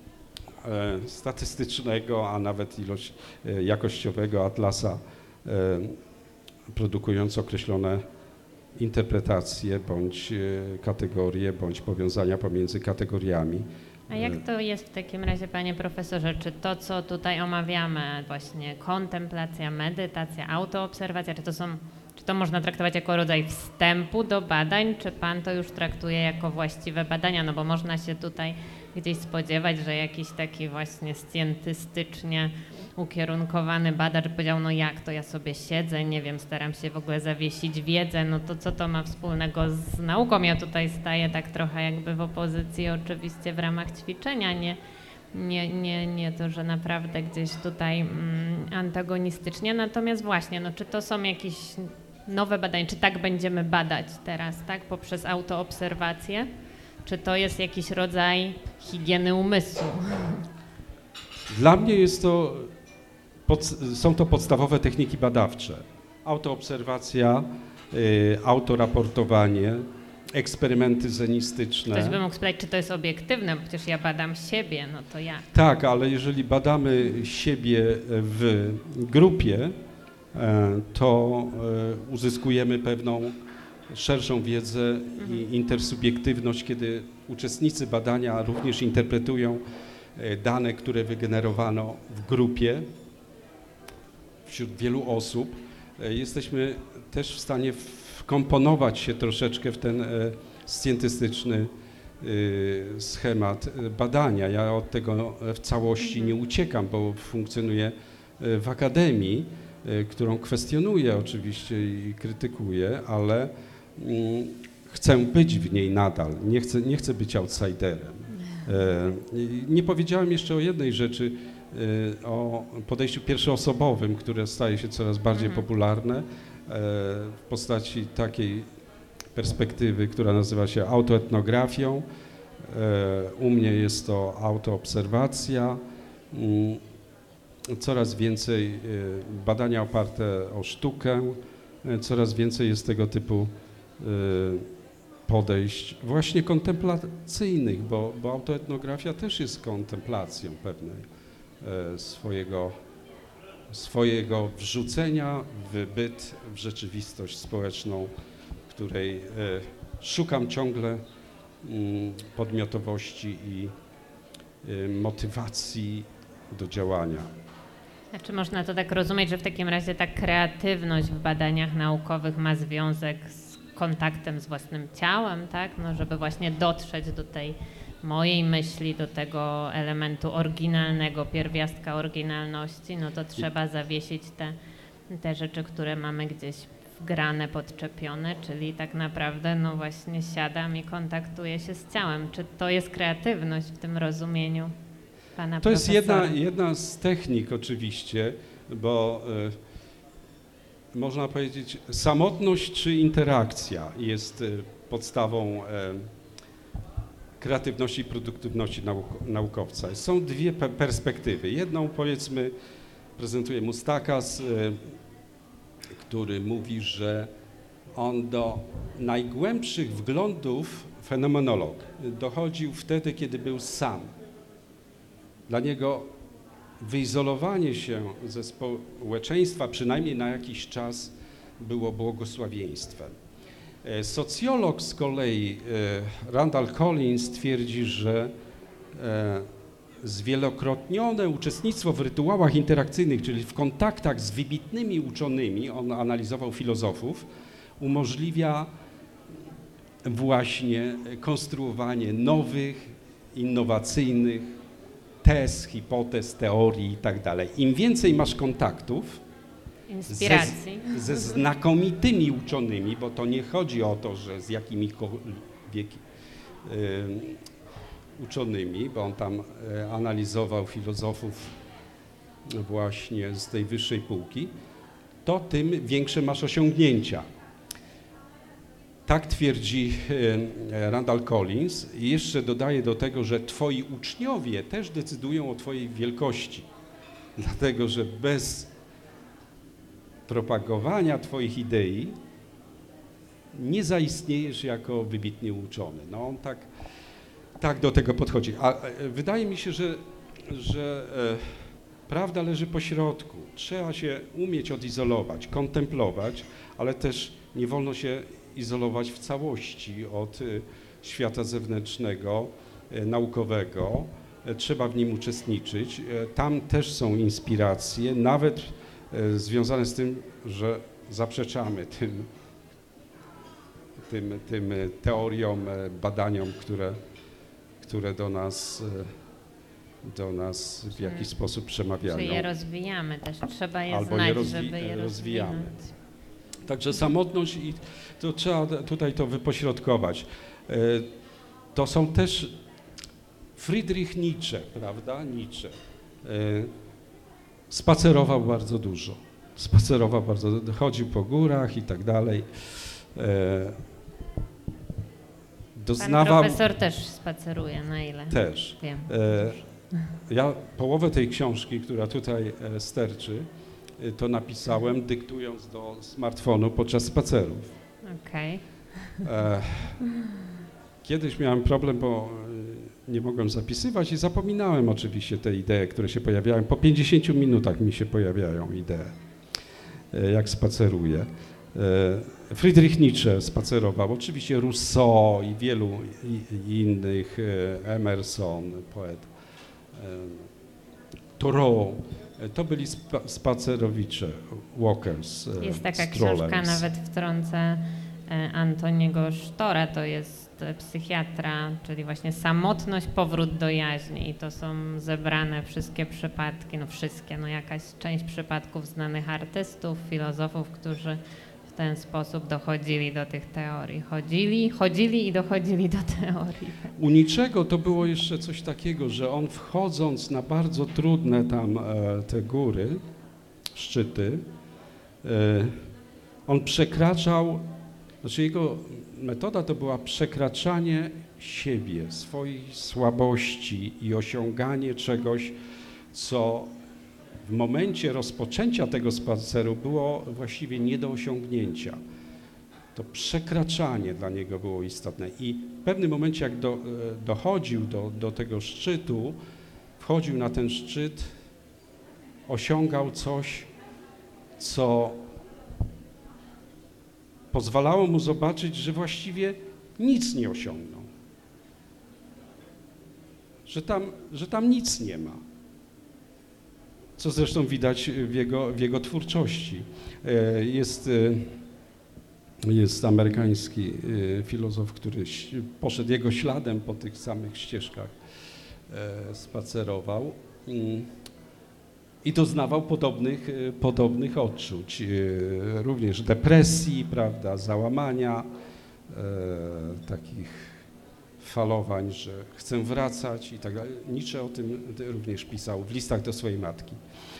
y, statystycznego, a nawet ilość y, jakościowego atlasa y, produkując określone interpretacje bądź kategorie, bądź powiązania pomiędzy kategoriami. A jak to jest w takim razie, panie profesorze, czy to, co tutaj omawiamy, właśnie kontemplacja, medytacja, autoobserwacja, czy to są, czy to można traktować jako rodzaj wstępu do badań, czy pan to już traktuje jako właściwe badania, no bo można się tutaj gdzieś spodziewać, że jakiś taki właśnie scjentystycznie ukierunkowany badacz powiedział, no jak to ja sobie siedzę, nie wiem, staram się w ogóle zawiesić wiedzę, no to co to ma wspólnego z nauką? Ja tutaj staję tak trochę jakby w opozycji oczywiście w ramach ćwiczenia, nie, nie, nie, nie to, że naprawdę gdzieś tutaj mm, antagonistycznie, natomiast właśnie, no czy to są jakieś nowe badania, czy tak będziemy badać teraz, tak, poprzez autoobserwację? Czy to jest jakiś rodzaj higieny umysłu? Dla mnie jest to, pod, są to podstawowe techniki badawcze. Autoobserwacja, y, autoraportowanie, eksperymenty zenistyczne. Ktoś by mógł spytać, czy to jest obiektywne, bo przecież ja badam siebie, no to jak? Tak, ale jeżeli badamy siebie w grupie, e, to e, uzyskujemy pewną szerszą wiedzę i intersubiektywność, kiedy uczestnicy badania również interpretują dane, które wygenerowano w grupie wśród wielu osób. Jesteśmy też w stanie wkomponować się troszeczkę w ten scjentystyczny schemat badania. Ja od tego w całości nie uciekam, bo funkcjonuję w akademii, którą kwestionuję oczywiście i krytykuję, ale chcę być w niej nadal, nie chcę, nie chcę być outsiderem. Nie powiedziałem jeszcze o jednej rzeczy, o podejściu pierwszoosobowym, które staje się coraz bardziej popularne w postaci takiej perspektywy, która nazywa się autoetnografią. U mnie jest to autoobserwacja. Coraz więcej badania oparte o sztukę, coraz więcej jest tego typu podejść właśnie kontemplacyjnych, bo, bo autoetnografia też jest kontemplacją pewnej swojego, swojego wrzucenia w byt, w rzeczywistość społeczną, w której szukam ciągle podmiotowości i motywacji do działania. A czy można to tak rozumieć, że w takim razie ta kreatywność w badaniach naukowych ma związek z kontaktem z własnym ciałem, tak? No, żeby właśnie dotrzeć do tej mojej myśli, do tego elementu oryginalnego, pierwiastka oryginalności, no to trzeba zawiesić te, te rzeczy, które mamy gdzieś wgrane, podczepione, czyli tak naprawdę no właśnie siadam i kontaktuję się z ciałem. Czy to jest kreatywność w tym rozumieniu pana To jest profesora? jedna, jedna z technik oczywiście, bo y, można powiedzieć samotność czy interakcja jest y, podstawą y, kreatywności i produktywności nauk naukowca. Są dwie pe perspektywy. Jedną powiedzmy prezentuje Mustakas, y, który mówi, że on do najgłębszych wglądów fenomenolog dochodził wtedy, kiedy był sam. Dla niego wyizolowanie się ze społeczeństwa, przynajmniej na jakiś czas, było błogosławieństwem. Socjolog z kolei, Randall Collins, twierdzi, że zwielokrotnione uczestnictwo w rytuałach interakcyjnych, czyli w kontaktach z wybitnymi uczonymi, on analizował filozofów, umożliwia właśnie konstruowanie nowych, innowacyjnych tez, hipotez, teorii i tak dalej. Im więcej masz kontaktów Inspiracji. Ze, ze znakomitymi uczonymi, bo to nie chodzi o to, że z jakimikolwiek y, uczonymi, bo on tam y, analizował filozofów właśnie z tej wyższej półki, to tym większe masz osiągnięcia. Tak twierdzi Randall Collins i jeszcze dodaje do tego, że twoi uczniowie też decydują o twojej wielkości, dlatego że bez propagowania twoich idei nie zaistniejesz jako wybitnie uczony. No on tak, tak do tego podchodzi. A wydaje mi się, że, że e, prawda leży po środku. Trzeba się umieć odizolować, kontemplować, ale też nie wolno się izolować w całości od y, świata zewnętrznego, y, naukowego. Y, trzeba w nim uczestniczyć. Y, tam też są inspiracje, nawet y, związane z tym, że zaprzeczamy tym, tym, tym y, teoriom, y, badaniom, które, które do nas, y, do nas w jakiś sposób przemawiają. Czy je rozwijamy też, trzeba je Albo znać, je rozwi- żeby je rozwijamy. rozwinąć. Także samotność i to trzeba tutaj to wypośrodkować. To są też Friedrich Nietzsche, prawda? Nietzsche. Spacerował bardzo dużo. Spacerował bardzo, chodził po górach i tak dalej. Doznawał... Pan profesor też spaceruje, na ile Też. wiem. Ja połowę tej książki, która tutaj sterczy, to napisałem, dyktując do smartfonu podczas spacerów. Okej. E, kiedyś miałem problem, bo nie mogłem zapisywać i zapominałem oczywiście te idee, które się pojawiają. Po pięćdziesięciu minutach mi się pojawiają idee, jak spaceruję. E, Friedrich Nietzsche spacerował, oczywiście Rousseau i wielu i, i innych, Emerson, poet, e, Thoreau. To byli spa spacerowicze, walkers, Jest taka strollers. książka, nawet wtrącę, Antoniego Sztora, to jest psychiatra, czyli właśnie samotność, powrót do jaźni i to są zebrane wszystkie przypadki, no wszystkie, no jakaś część przypadków znanych artystów, filozofów, którzy w ten sposób dochodzili do tych teorii. Chodzili, chodzili i dochodzili do teorii. U Niczego to było jeszcze coś takiego, że on wchodząc na bardzo trudne tam e, te góry, szczyty, e, On przekraczał, znaczy jego metoda to była przekraczanie siebie, swoich słabości i osiąganie czegoś, co w momencie rozpoczęcia tego spaceru było właściwie nie do osiągnięcia. To przekraczanie dla niego było istotne i w pewnym momencie, jak do, dochodził do, do tego szczytu, wchodził na ten szczyt, osiągał coś, co pozwalało mu zobaczyć, że właściwie nic nie osiągnął, że tam, że tam nic nie ma, co zresztą widać w jego, w jego twórczości. Jest, jest amerykański filozof, który poszedł jego śladem po tych samych ścieżkach, spacerował i doznawał podobnych, podobnych odczuć, również depresji, prawda, załamania, takich falowań, że chcę wracać i tak dalej. Nietzsche o tym również pisał w listach do swojej matki.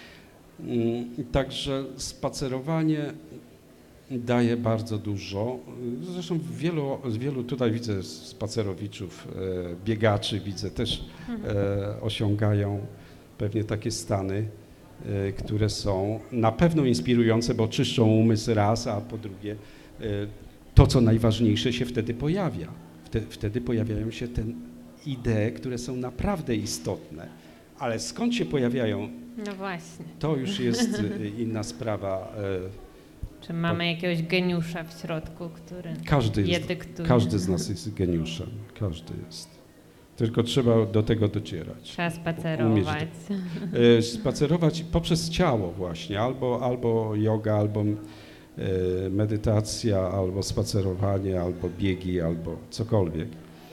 Także spacerowanie daje bardzo dużo. Zresztą wielu, wielu tutaj widzę spacerowiczów, biegaczy, widzę też osiągają pewnie takie stany, które są na pewno inspirujące, bo czyszczą umysł raz, a po drugie to, co najważniejsze, się wtedy pojawia. Wtedy, wtedy pojawiają się te idee, które są naprawdę istotne. Ale skąd się pojawiają, No właśnie. to już jest inna sprawa. Czy mamy jakiegoś geniusza w środku, który Każdy, je jest, dyktuje? każdy z nas jest geniuszem. Każdy jest. Tylko trzeba do tego docierać. Trzeba spacerować. Umieć, spacerować poprzez ciało właśnie. Albo, albo yoga, albo medytacja, albo spacerowanie, albo biegi, albo cokolwiek.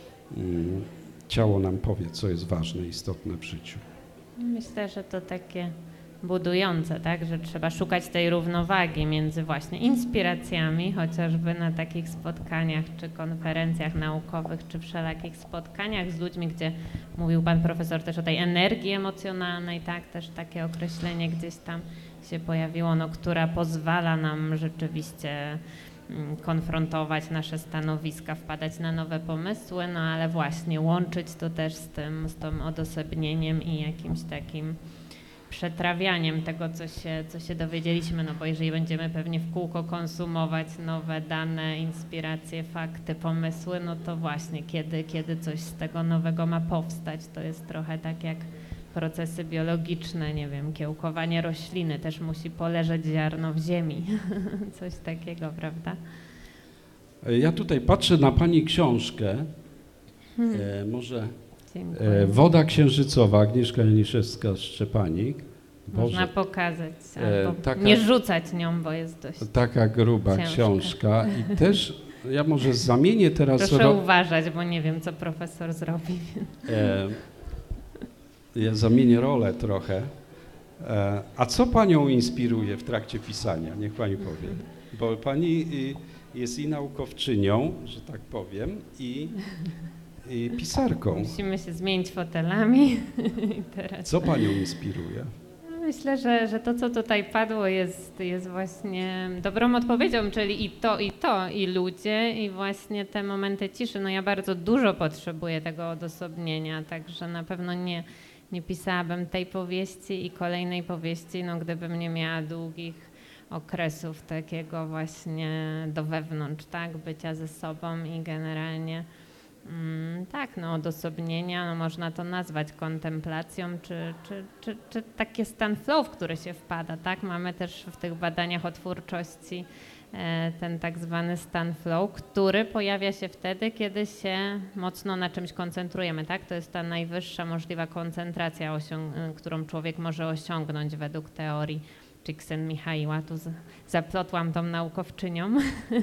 Ciało nam powie, co jest ważne, istotne w życiu. Myślę, że to takie budujące, tak, że trzeba szukać tej równowagi między właśnie inspiracjami, chociażby na takich spotkaniach, czy konferencjach naukowych, czy wszelakich spotkaniach z ludźmi, gdzie mówił pan profesor też o tej energii emocjonalnej, tak, też takie określenie gdzieś tam się pojawiło, no, która pozwala nam rzeczywiście konfrontować nasze stanowiska, wpadać na nowe pomysły, no ale właśnie łączyć to też z tym, z tym odosobnieniem i jakimś takim przetrawianiem tego, co się, co się dowiedzieliśmy, no bo jeżeli będziemy pewnie w kółko konsumować nowe dane, inspiracje, fakty, pomysły, no to właśnie kiedy, kiedy coś z tego nowego ma powstać, to jest trochę tak jak procesy biologiczne, nie wiem, kiełkowanie rośliny, też musi poleżeć ziarno w ziemi, coś takiego, prawda? Ja tutaj patrzę na pani książkę, hmm. e, może e, Woda księżycowa, Agnieszka Janiszewska-Szczepanik. Można pokazać, albo e, taka, nie rzucać nią, bo jest dość taka gruba ciężka. książka i też ja może zamienię teraz... Proszę ro... uważać, bo nie wiem, co profesor zrobi. E, ja zamienię rolę trochę. E, a co panią inspiruje w trakcie pisania? Niech pani powie. Bo pani jest i naukowczynią, że tak powiem, i, i pisarką. Musimy się zmienić fotelami. Teraz. Co panią inspiruje? Myślę, że, że to, co tutaj padło, jest, jest właśnie dobrą odpowiedzią, czyli i to, i to, i ludzie, i właśnie te momenty ciszy. No ja bardzo dużo potrzebuję tego odosobnienia, także na pewno nie, nie pisałabym tej powieści i kolejnej powieści, no gdybym nie miała długich okresów takiego właśnie do wewnątrz, tak, bycia ze sobą i generalnie mm, tak, no odosobnienia, no można to nazwać kontemplacją, czy, czy, czy, czy taki stan flow, w który się wpada, tak, mamy też w tych badaniach o twórczości e, ten tak zwany stan flow, który pojawia się wtedy, kiedy się mocno na czymś koncentrujemy, tak, to jest ta najwyższa możliwa koncentracja, osiąg- którą człowiek może osiągnąć według teorii Csikszentmihalyiła, tu zaplotłam tą naukowczynią.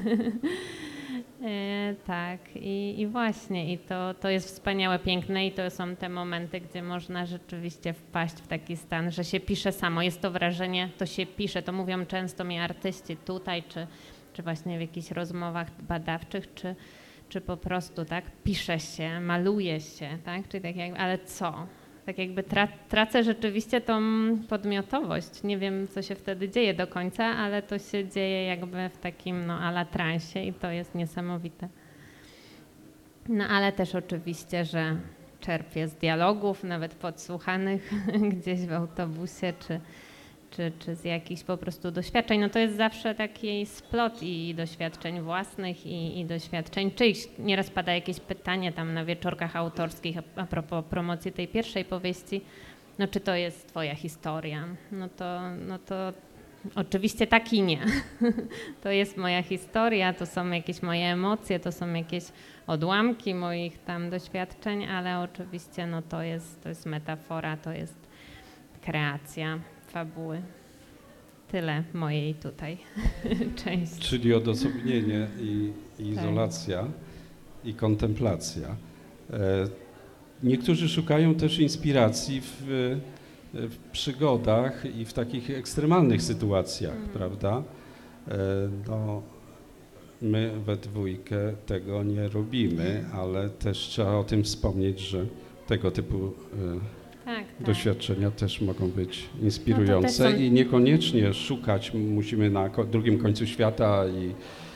e, tak, i, i właśnie, i to, to jest wspaniałe, piękne i to są te momenty, gdzie można rzeczywiście wpaść w taki stan, że się pisze samo. Jest to wrażenie, to się pisze, to mówią często mi artyści tutaj, czy, czy właśnie w jakichś rozmowach badawczych, czy, czy po prostu, tak, pisze się, maluje się, tak, czyli tak jak, ale co? tak jakby tra- tracę rzeczywiście tą podmiotowość. Nie wiem, co się wtedy dzieje do końca, ale to się dzieje jakby w takim no a la transie i to jest niesamowite. No ale też oczywiście, że czerpię z dialogów, nawet podsłuchanych gdzieś w autobusie, czy, czy, czy z jakichś po prostu doświadczeń. No to jest zawsze taki splot i doświadczeń własnych i, i doświadczeń czyichś. Nieraz pada jakieś pytanie tam na wieczorkach autorskich a, a propos promocji tej pierwszej powieści, no czy to jest twoja historia? No to, no to oczywiście tak i nie. To jest moja historia, to są jakieś moje emocje, to są jakieś odłamki moich tam doświadczeń, ale oczywiście no to jest, to jest metafora, to jest kreacja fabuły. Tyle mojej tutaj części. Czyli odosobnienie i, i izolacja i kontemplacja. E, niektórzy szukają też inspiracji w, w przygodach i w takich ekstremalnych sytuacjach, mm. prawda? E, no, my we dwójkę tego nie robimy, ale też trzeba o tym wspomnieć, że tego typu e, Tak, tak. doświadczenia też mogą być inspirujące no są... i niekoniecznie szukać musimy na ko- drugim końcu świata i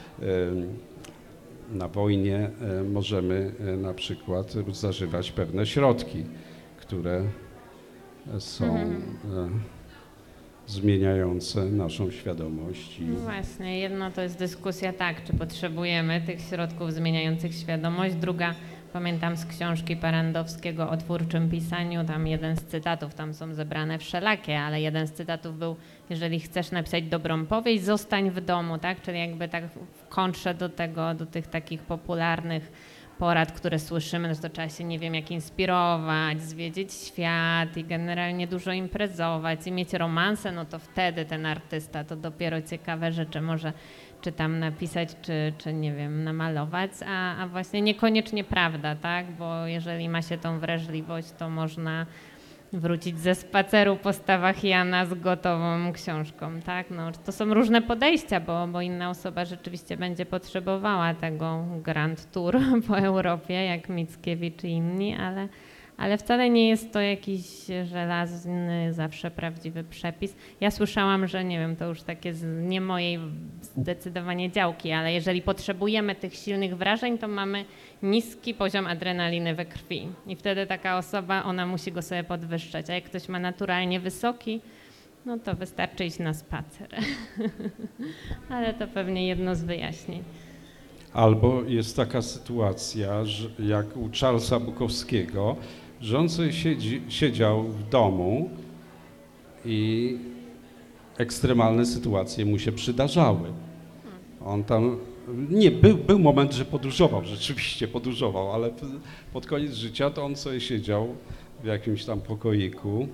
y, na wojnie y, możemy y, na przykład zażywać pewne środki, które są mm. y, zmieniające naszą świadomość. I... No właśnie, jedno to jest dyskusja tak, czy potrzebujemy tych środków zmieniających świadomość, druga pamiętam z książki Parandowskiego o twórczym pisaniu, tam jeden z cytatów, tam są zebrane wszelakie, ale jeden z cytatów był, jeżeli chcesz napisać dobrą powieść, zostań w domu, tak? Czyli jakby tak w kontrze do tego, do tych takich popularnych porad, które słyszymy, że to trzeba się nie wiem jak inspirować, zwiedzić świat i generalnie dużo imprezować i mieć romanse, no to wtedy ten artysta to dopiero ciekawe rzeczy może czy tam napisać, czy, czy nie wiem, namalować, a, a właśnie niekoniecznie prawda, tak? Bo jeżeli ma się tą wrażliwość, to można wrócić ze spaceru po stawach Jana z gotową książką, tak? No, to są różne podejścia, bo, bo inna osoba rzeczywiście będzie potrzebowała tego Grand Tour po Europie, jak Mickiewicz i inni, ale, ale wcale nie jest to jakiś żelazny, zawsze prawdziwy przepis. Ja słyszałam, że nie wiem, to już takie z nie mojej zdecydowanie działki, ale jeżeli potrzebujemy tych silnych wrażeń, to mamy niski poziom adrenaliny we krwi i wtedy taka osoba, ona musi go sobie podwyższać, a jak ktoś ma naturalnie wysoki, no to wystarczy iść na spacer. Ale to pewnie jedno z wyjaśnień. Albo jest taka sytuacja, że jak u Charlesa Bukowskiego, że on sobie siedzi, siedział w domu i ekstremalne sytuacje mu się przydarzały. On tam, nie, był, był moment, że podróżował, rzeczywiście podróżował, ale pod koniec życia to on sobie siedział w jakimś tam pokoiku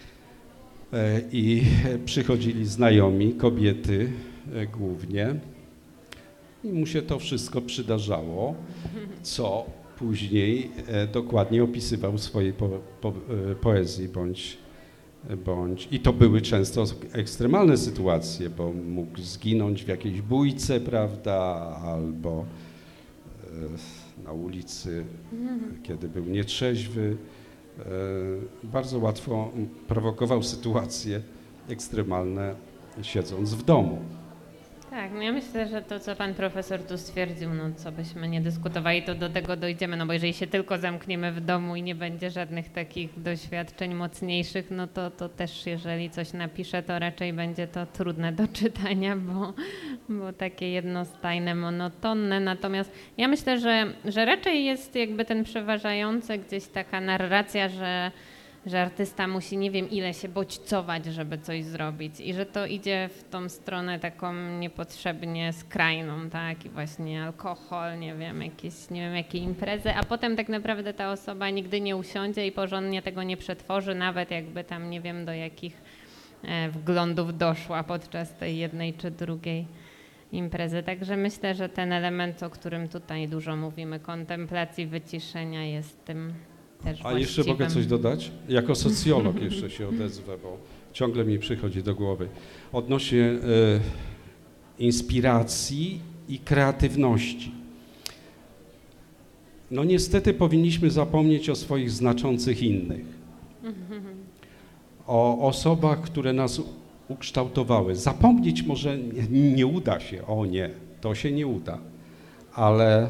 i przychodzili znajomi, kobiety głównie i mu się to wszystko przydarzało, co później dokładnie opisywał w swojej po, po, poezji bądź Bądź, i to były często ekstremalne sytuacje, bo mógł zginąć w jakiejś bójce, prawda, albo e, na ulicy, kiedy był nietrzeźwy. E, bardzo łatwo prowokował sytuacje ekstremalne, siedząc w domu. Tak, no ja myślę, że to, co pan profesor tu stwierdził, no co byśmy nie dyskutowali, to do tego dojdziemy, no bo jeżeli się tylko zamkniemy w domu i nie będzie żadnych takich doświadczeń mocniejszych, no to, to też jeżeli coś napiszę, to raczej będzie to trudne do czytania, bo, bo takie jednostajne, monotonne. Natomiast ja myślę, że, że raczej jest jakby ten przeważający gdzieś taka narracja, że że artysta musi nie wiem ile się bodźcować, żeby coś zrobić i że to idzie w tą stronę taką niepotrzebnie skrajną, tak, i właśnie alkohol, nie wiem, jakieś, nie wiem, jakie imprezy, a potem tak naprawdę ta osoba nigdy nie usiądzie i porządnie tego nie przetworzy, nawet jakby tam nie wiem do jakich e, wglądów doszła podczas tej jednej czy drugiej imprezy. Także myślę, że ten element, o którym tutaj dużo mówimy, kontemplacji, wyciszenia jest tym też A jeszcze mogę coś dodać? Jako socjolog jeszcze się odezwę, bo ciągle mi przychodzi do głowy. Odnośnie e, inspiracji i kreatywności. No niestety powinniśmy zapomnieć o swoich znaczących innych. o osobach, które nas ukształtowały. Zapomnieć może nie, nie uda się, o nie, to się nie uda, ale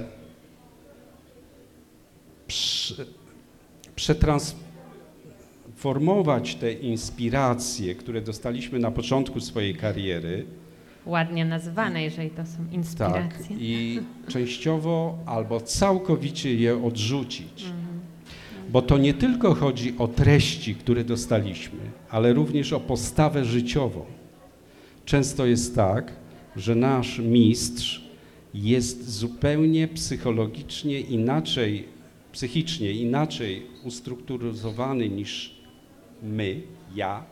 prze, przetransformować te inspiracje, które dostaliśmy na początku swojej kariery, Ładnie nazwane, jeżeli to są tak, inspiracje. i częściowo albo całkowicie je odrzucić. Mhm. Bo to nie tylko chodzi o treści, które dostaliśmy, ale również o postawę życiową. Często jest tak, że nasz mistrz jest zupełnie psychologicznie inaczej, psychicznie inaczej ustrukturyzowany niż my, ja.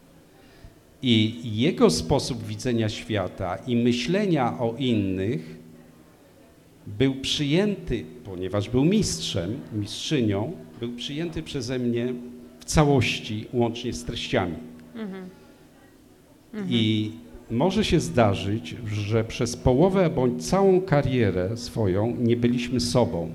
I jego sposób widzenia świata i myślenia o innych był przyjęty, ponieważ był mistrzem, mistrzynią, był przyjęty przeze mnie w całości, łącznie z treściami. Mhm. I może się zdarzyć, że przez połowę bądź całą karierę swoją nie byliśmy sobą.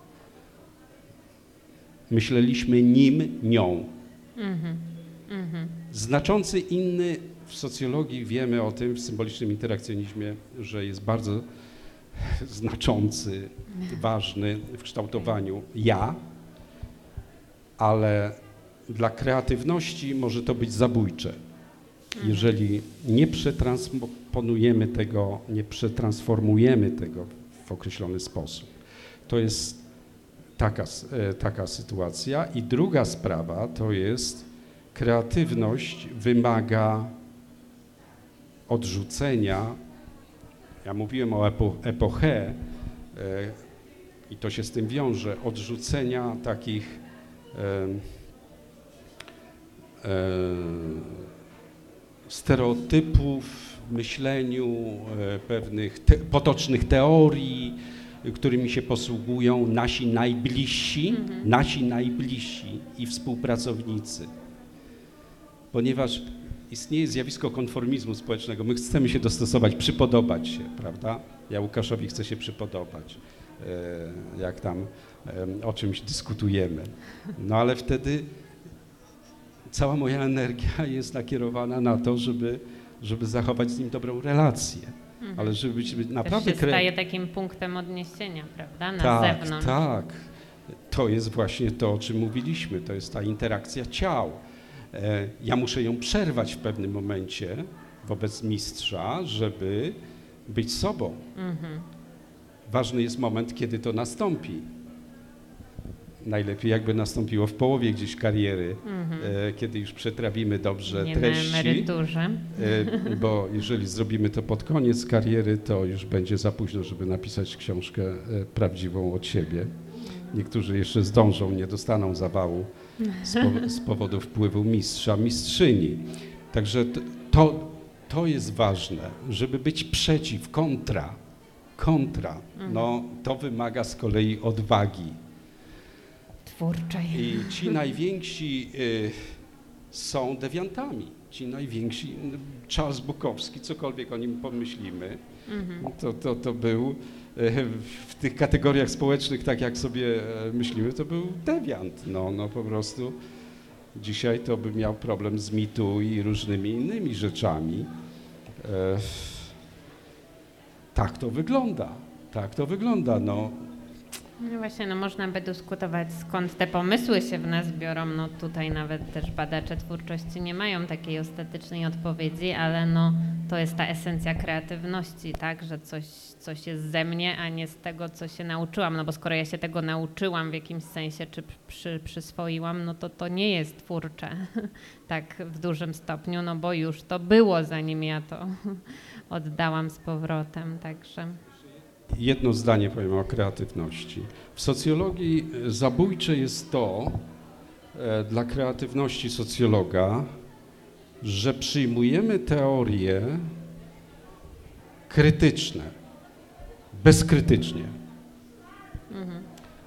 Myśleliśmy nim, nią. Mhm. Mhm. Znaczący inny w socjologii, wiemy o tym, w symbolicznym interakcjonizmie, że jest bardzo znaczący, ważny w kształtowaniu ja, ale dla kreatywności może to być zabójcze. Jeżeli nie przetransponujemy tego, nie przetransformujemy tego w określony sposób. To jest taka, taka sytuacja. I druga sprawa to jest kreatywność wymaga odrzucenia. Ja mówiłem o epo, epoche e, i to się z tym wiąże, odrzucenia takich e, e, stereotypów w myśleniu, e, pewnych te, potocznych teorii, którymi się posługują nasi najbliżsi, mhm. nasi najbliżsi i współpracownicy. Ponieważ istnieje zjawisko konformizmu społecznego. My chcemy się dostosować, przypodobać się, prawda? Ja Łukaszowi chcę się przypodobać, e, jak tam e, o czymś dyskutujemy. No ale wtedy cała moja energia jest nakierowana na to, żeby, żeby zachować z nim dobrą relację. Mhm. Ale żeby być naprawdę... Też się staje takim punktem odniesienia, prawda? Na tak, zewnątrz. Tak, to jest właśnie to, o czym mówiliśmy. To jest ta interakcja ciał. Ja muszę ją przerwać w pewnym momencie wobec mistrza, żeby być sobą. Mhm. Ważny jest moment, kiedy to nastąpi. Najlepiej jakby nastąpiło w połowie gdzieś kariery, mhm. kiedy już przetrawimy dobrze Nie treści. na emeryturze. Bo jeżeli zrobimy to pod koniec kariery, to już będzie za późno, żeby napisać książkę prawdziwą od siebie. Niektórzy jeszcze zdążą, nie dostaną zawału z, po, z powodu wpływu mistrza, mistrzyni. Także to, to jest ważne, żeby być przeciw, kontra, kontra. No, to wymaga z kolei odwagi. Twórczej. I ci najwięksi y, są dewiantami. Ci najwięksi, Charles Bukowski, cokolwiek o nim pomyślimy, mhm. to, to, to był w tych kategoriach społecznych, tak jak sobie myślimy, to był dewiant. No, no po prostu dzisiaj to by miał problem z Me Too i różnymi innymi rzeczami. E, tak to wygląda. Tak to wygląda. No. No właśnie, no można by dyskutować, skąd te pomysły się w nas biorą. No tutaj nawet też badacze twórczości nie mają takiej ostatecznej odpowiedzi, ale no to jest ta esencja kreatywności, tak, że coś, coś jest ze mnie, a nie z tego, co się nauczyłam. No bo skoro ja się tego nauczyłam w jakimś sensie, czy przy, przyswoiłam, no to to nie jest twórcze tak w dużym stopniu, no bo już to było, zanim ja to oddałam z powrotem, także... Jedno zdanie powiem o kreatywności. W socjologii zabójcze jest to e, dla kreatywności socjologa, że przyjmujemy teorie krytyczne, bezkrytycznie. Mhm.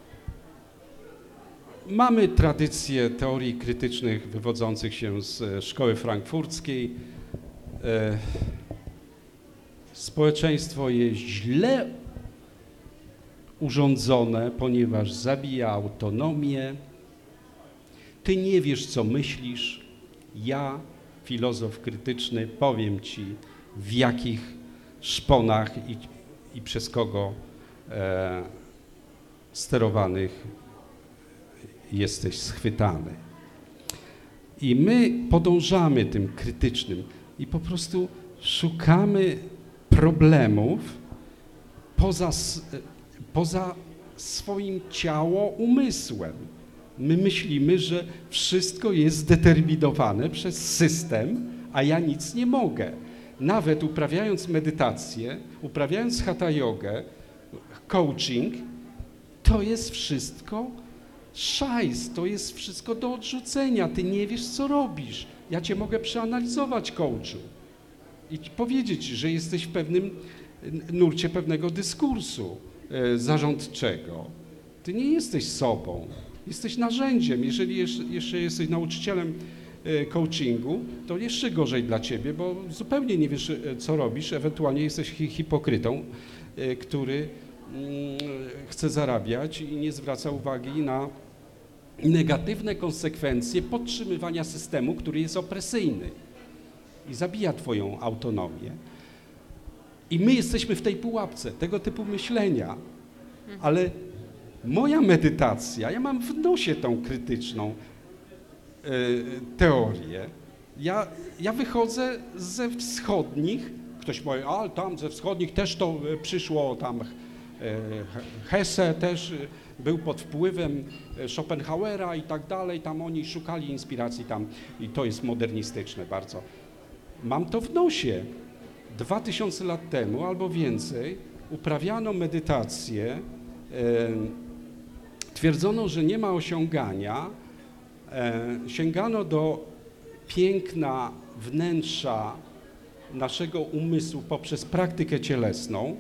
Mamy tradycję teorii krytycznych wywodzących się z szkoły frankfurckiej. E, społeczeństwo jest źle urządzone, ponieważ zabija autonomię, ty nie wiesz, co myślisz, ja, filozof krytyczny, powiem ci, w jakich szponach i, i przez kogo e, sterowanych jesteś schwytany. I my podążamy tym krytycznym i po prostu szukamy problemów poza, poza swoim ciało umysłem. My myślimy, że wszystko jest zdeterminowane przez system, a ja nic nie mogę. Nawet uprawiając medytację, uprawiając hatha jogę, coaching, to jest wszystko szajs, to jest wszystko do odrzucenia. Ty nie wiesz, co robisz. Ja cię mogę przeanalizować, coachu, i ci powiedzieć, że jesteś w pewnym nurcie pewnego dyskursu e, zarządczego. Ty nie jesteś sobą, jesteś narzędziem. Jeżeli jeszcze, jeszcze jesteś nauczycielem e, coachingu, to jeszcze gorzej dla ciebie, bo zupełnie nie wiesz, e, co robisz, ewentualnie jesteś hi hipokrytą, e, który chce zarabiać i nie zwraca uwagi na negatywne konsekwencje podtrzymywania systemu, który jest opresyjny i zabija twoją autonomię. I my jesteśmy w tej pułapce tego typu myślenia, ale moja medytacja, ja mam w nosie tą krytyczną y, teorię. Ja, ja wychodzę ze wschodnich, ktoś powie, a tam ze wschodnich też to przyszło tam. Hesse też był pod wpływem Schopenhauera i tak dalej, tam oni szukali inspiracji tam i to jest modernistyczne bardzo. Mam to w nosie. Dwa tysiące lat temu albo więcej uprawiano medytację, e, twierdzono, że nie ma osiągania, e, sięgano do piękna wnętrza naszego umysłu poprzez praktykę cielesną.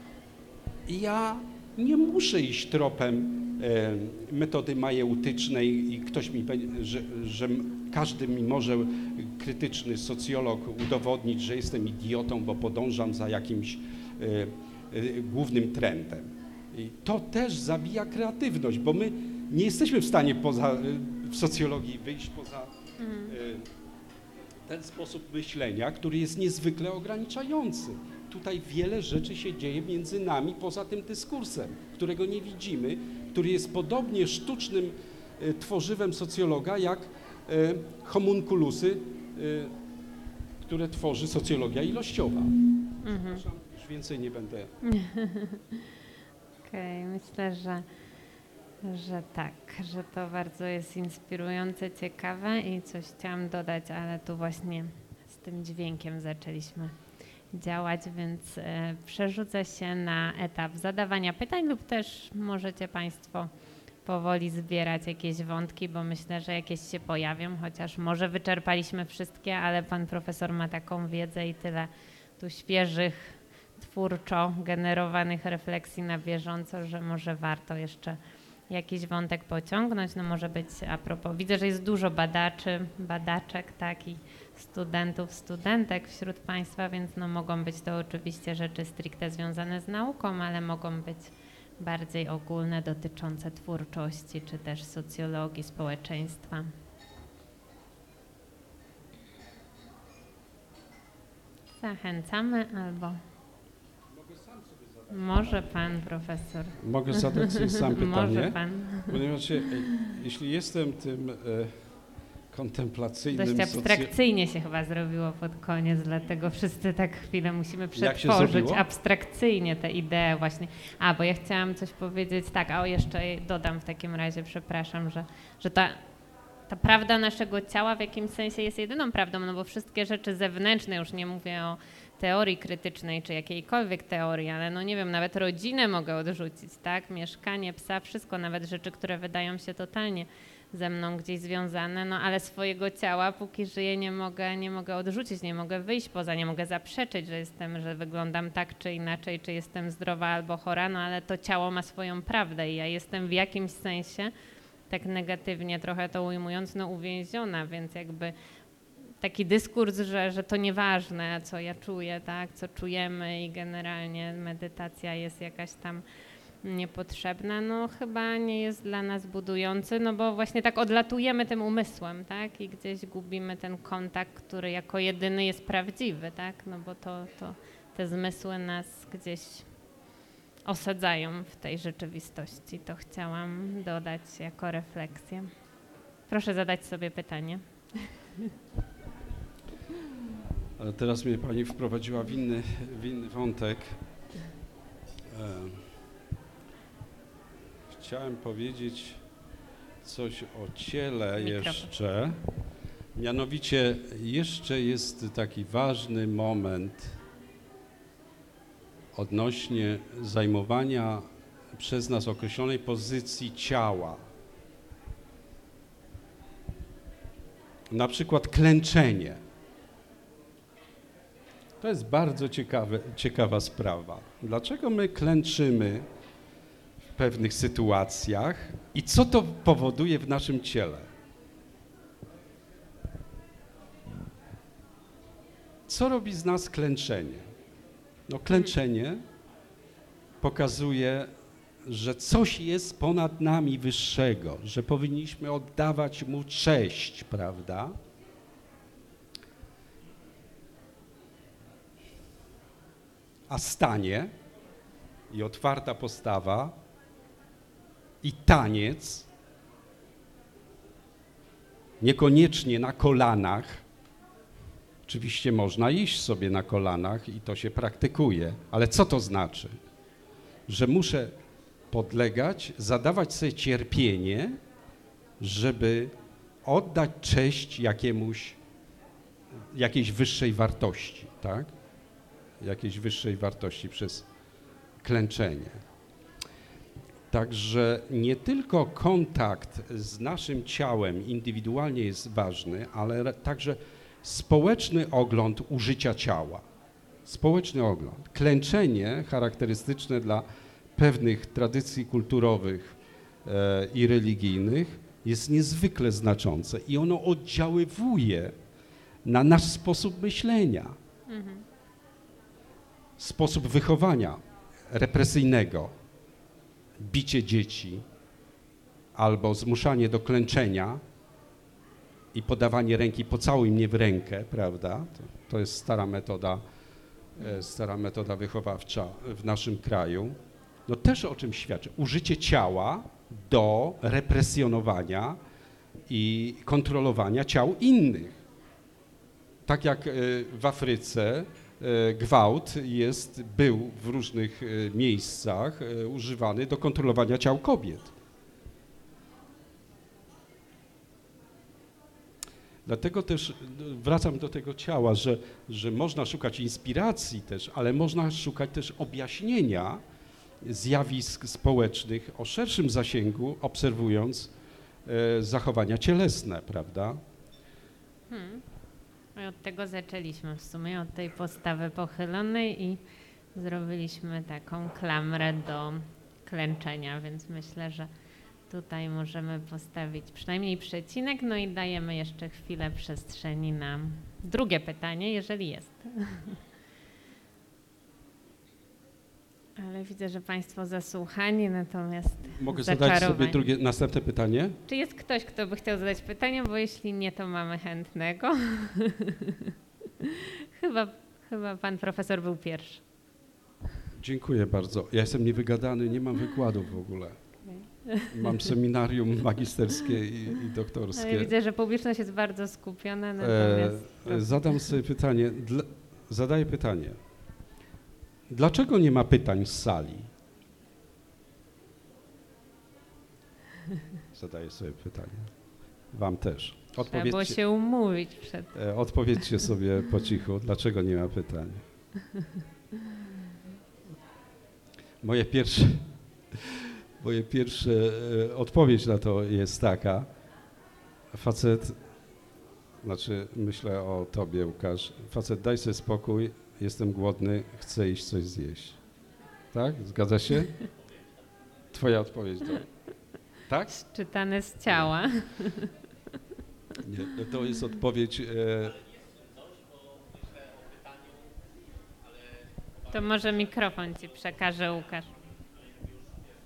I ja nie muszę iść tropem e, metody majeutycznej i ktoś mi, że, że każdy mi może, krytyczny socjolog, udowodnić, że jestem idiotą, bo podążam za jakimś e, e, głównym trendem. I to też zabija kreatywność, bo my nie jesteśmy w stanie poza, w socjologii wyjść poza e, ten sposób myślenia, który jest niezwykle ograniczający. Tutaj wiele rzeczy się dzieje między nami poza tym dyskursem, którego nie widzimy, który jest podobnie sztucznym e, tworzywem socjologa, jak e, homunculusy, e, które tworzy socjologia ilościowa. Mhm. Już więcej nie będę. Okej, okay, myślę, że, że tak, że to bardzo jest inspirujące, ciekawe i coś chciałam dodać, ale tu właśnie z tym dźwiękiem zaczęliśmy działać, więc e, przerzucę się na etap zadawania pytań lub też możecie Państwo powoli zbierać jakieś wątki, bo myślę, że jakieś się pojawią, chociaż może wyczerpaliśmy wszystkie, ale Pan Profesor ma taką wiedzę i tyle tu świeżych, twórczo generowanych refleksji na bieżąco, że może warto jeszcze jakiś wątek pociągnąć. No może być a propos, widzę, że jest dużo badaczy, badaczek, tak, i studentów, studentek wśród Państwa, więc no mogą być to oczywiście rzeczy stricte związane z nauką, ale mogą być bardziej ogólne, dotyczące twórczości, czy też socjologii, społeczeństwa. Zachęcamy albo... Może Pan Profesor. Mogę zadać sobie sam pytanie? Może Pan. Ponieważ jeśli jestem tym e, kontemplacyjnym... Dość abstrakcyjnie socj... się chyba zrobiło pod koniec, dlatego wszyscy tak chwilę musimy przetworzyć abstrakcyjnie tę ideę właśnie. A, bo ja chciałam coś powiedzieć, tak, a o jeszcze dodam w takim razie, przepraszam, że, że ta, ta prawda naszego ciała w jakimś sensie jest jedyną prawdą, no bo wszystkie rzeczy zewnętrzne, już nie mówię o teorii krytycznej, czy jakiejkolwiek teorii, ale no nie wiem, nawet rodzinę mogę odrzucić, tak? Mieszkanie, psa, wszystko, nawet rzeczy, które wydają się totalnie ze mną gdzieś związane, no ale swojego ciała, póki żyję, nie mogę, nie mogę odrzucić, nie mogę wyjść poza, nie mogę zaprzeczyć, że jestem, że wyglądam tak czy inaczej, czy jestem zdrowa albo chora, no ale to ciało ma swoją prawdę i ja jestem w jakimś sensie, tak negatywnie trochę to ujmując, no uwięziona, więc jakby taki dyskurs, że, że to nieważne, co ja czuję, tak, co czujemy i generalnie medytacja jest jakaś tam niepotrzebna, no chyba nie jest dla nas budujący, no bo właśnie tak odlatujemy tym umysłem, tak? I gdzieś gubimy ten kontakt, który jako jedyny jest prawdziwy, tak? No bo to, to te zmysły nas gdzieś osadzają w tej rzeczywistości. To chciałam dodać jako refleksję. Proszę zadać sobie pytanie. Ale teraz mnie pani wprowadziła w inny, w inny wątek. E, chciałem powiedzieć coś o ciele Mikrofon. jeszcze. Mianowicie jeszcze jest taki ważny moment odnośnie zajmowania przez nas określonej pozycji ciała. Na przykład klęczenie. To jest bardzo ciekawe, ciekawa sprawa. Dlaczego my klęczymy w pewnych sytuacjach i co to powoduje w naszym ciele? Co robi z nas klęczenie? No klęczenie pokazuje, że coś jest ponad nami wyższego, że powinniśmy oddawać mu cześć, prawda? A stanie i otwarta postawa i taniec, niekoniecznie na kolanach, oczywiście można iść sobie na kolanach i to się praktykuje, ale co to znaczy? Że muszę podlegać, zadawać sobie cierpienie, żeby oddać cześć jakiemuś, jakiejś wyższej wartości, tak? Jakiejś wyższej wartości przez klęczenie. Także nie tylko kontakt z naszym ciałem indywidualnie jest ważny, ale także społeczny ogląd użycia ciała. Społeczny ogląd. Klęczenie charakterystyczne dla pewnych tradycji kulturowych e, i religijnych jest niezwykle znaczące i ono oddziaływuje na nasz sposób myślenia, mhm. sposób wychowania represyjnego, bicie dzieci albo zmuszanie do klęczenia i podawanie ręki, pocałuj mnie w rękę, prawda? To, to jest stara metoda, e, stara metoda wychowawcza w naszym kraju. No też o czym świadczy? Użycie ciała do represjonowania i kontrolowania ciał innych. Tak jak e, w Afryce e, gwałt jest, był w różnych e, miejscach e, używany do kontrolowania ciał kobiet. Dlatego też wracam do tego ciała, że, że można szukać inspiracji też, ale można szukać też objaśnienia zjawisk społecznych o szerszym zasięgu, obserwując e, zachowania cielesne, prawda? Hmm. I od tego zaczęliśmy w sumie, od tej postawy pochylonej i zrobiliśmy taką klamrę do klęczenia, więc myślę, że tutaj możemy postawić przynajmniej przecinek, no i dajemy jeszcze chwilę przestrzeni na drugie pytanie, jeżeli jest. Ale widzę, że Państwo zasłuchani, natomiast Mogę zadać sobie drugie, następne pytanie? Czy jest ktoś, kto by chciał zadać pytanie, bo jeśli nie, to mamy chętnego. chyba, chyba Pan profesor był pierwszy. Dziękuję bardzo. Ja jestem niewygadany, nie mam wykładów w ogóle. Mam seminarium magisterskie i, i doktorskie. Ale widzę, że publiczność jest bardzo skupiona. Natomiast e, zadam sobie pytanie, dla, zadaję pytanie. Dlaczego nie ma pytań z sali? Zadaję sobie pytanie. Wam też. Trzeba było się umówić przed... E, odpowiedzcie sobie po cichu, dlaczego nie ma pytań. Moje pierwsze... Moje pierwsze e, odpowiedź na to jest taka, facet, znaczy myślę o tobie, Łukasz, facet, daj sobie spokój, jestem głodny, chcę iść coś zjeść. Tak? Zgadza się? Twoja odpowiedź to... Tak? Czytane z ciała. Nie, to jest odpowiedź... E, to może mikrofon ci przekaże Łukasz.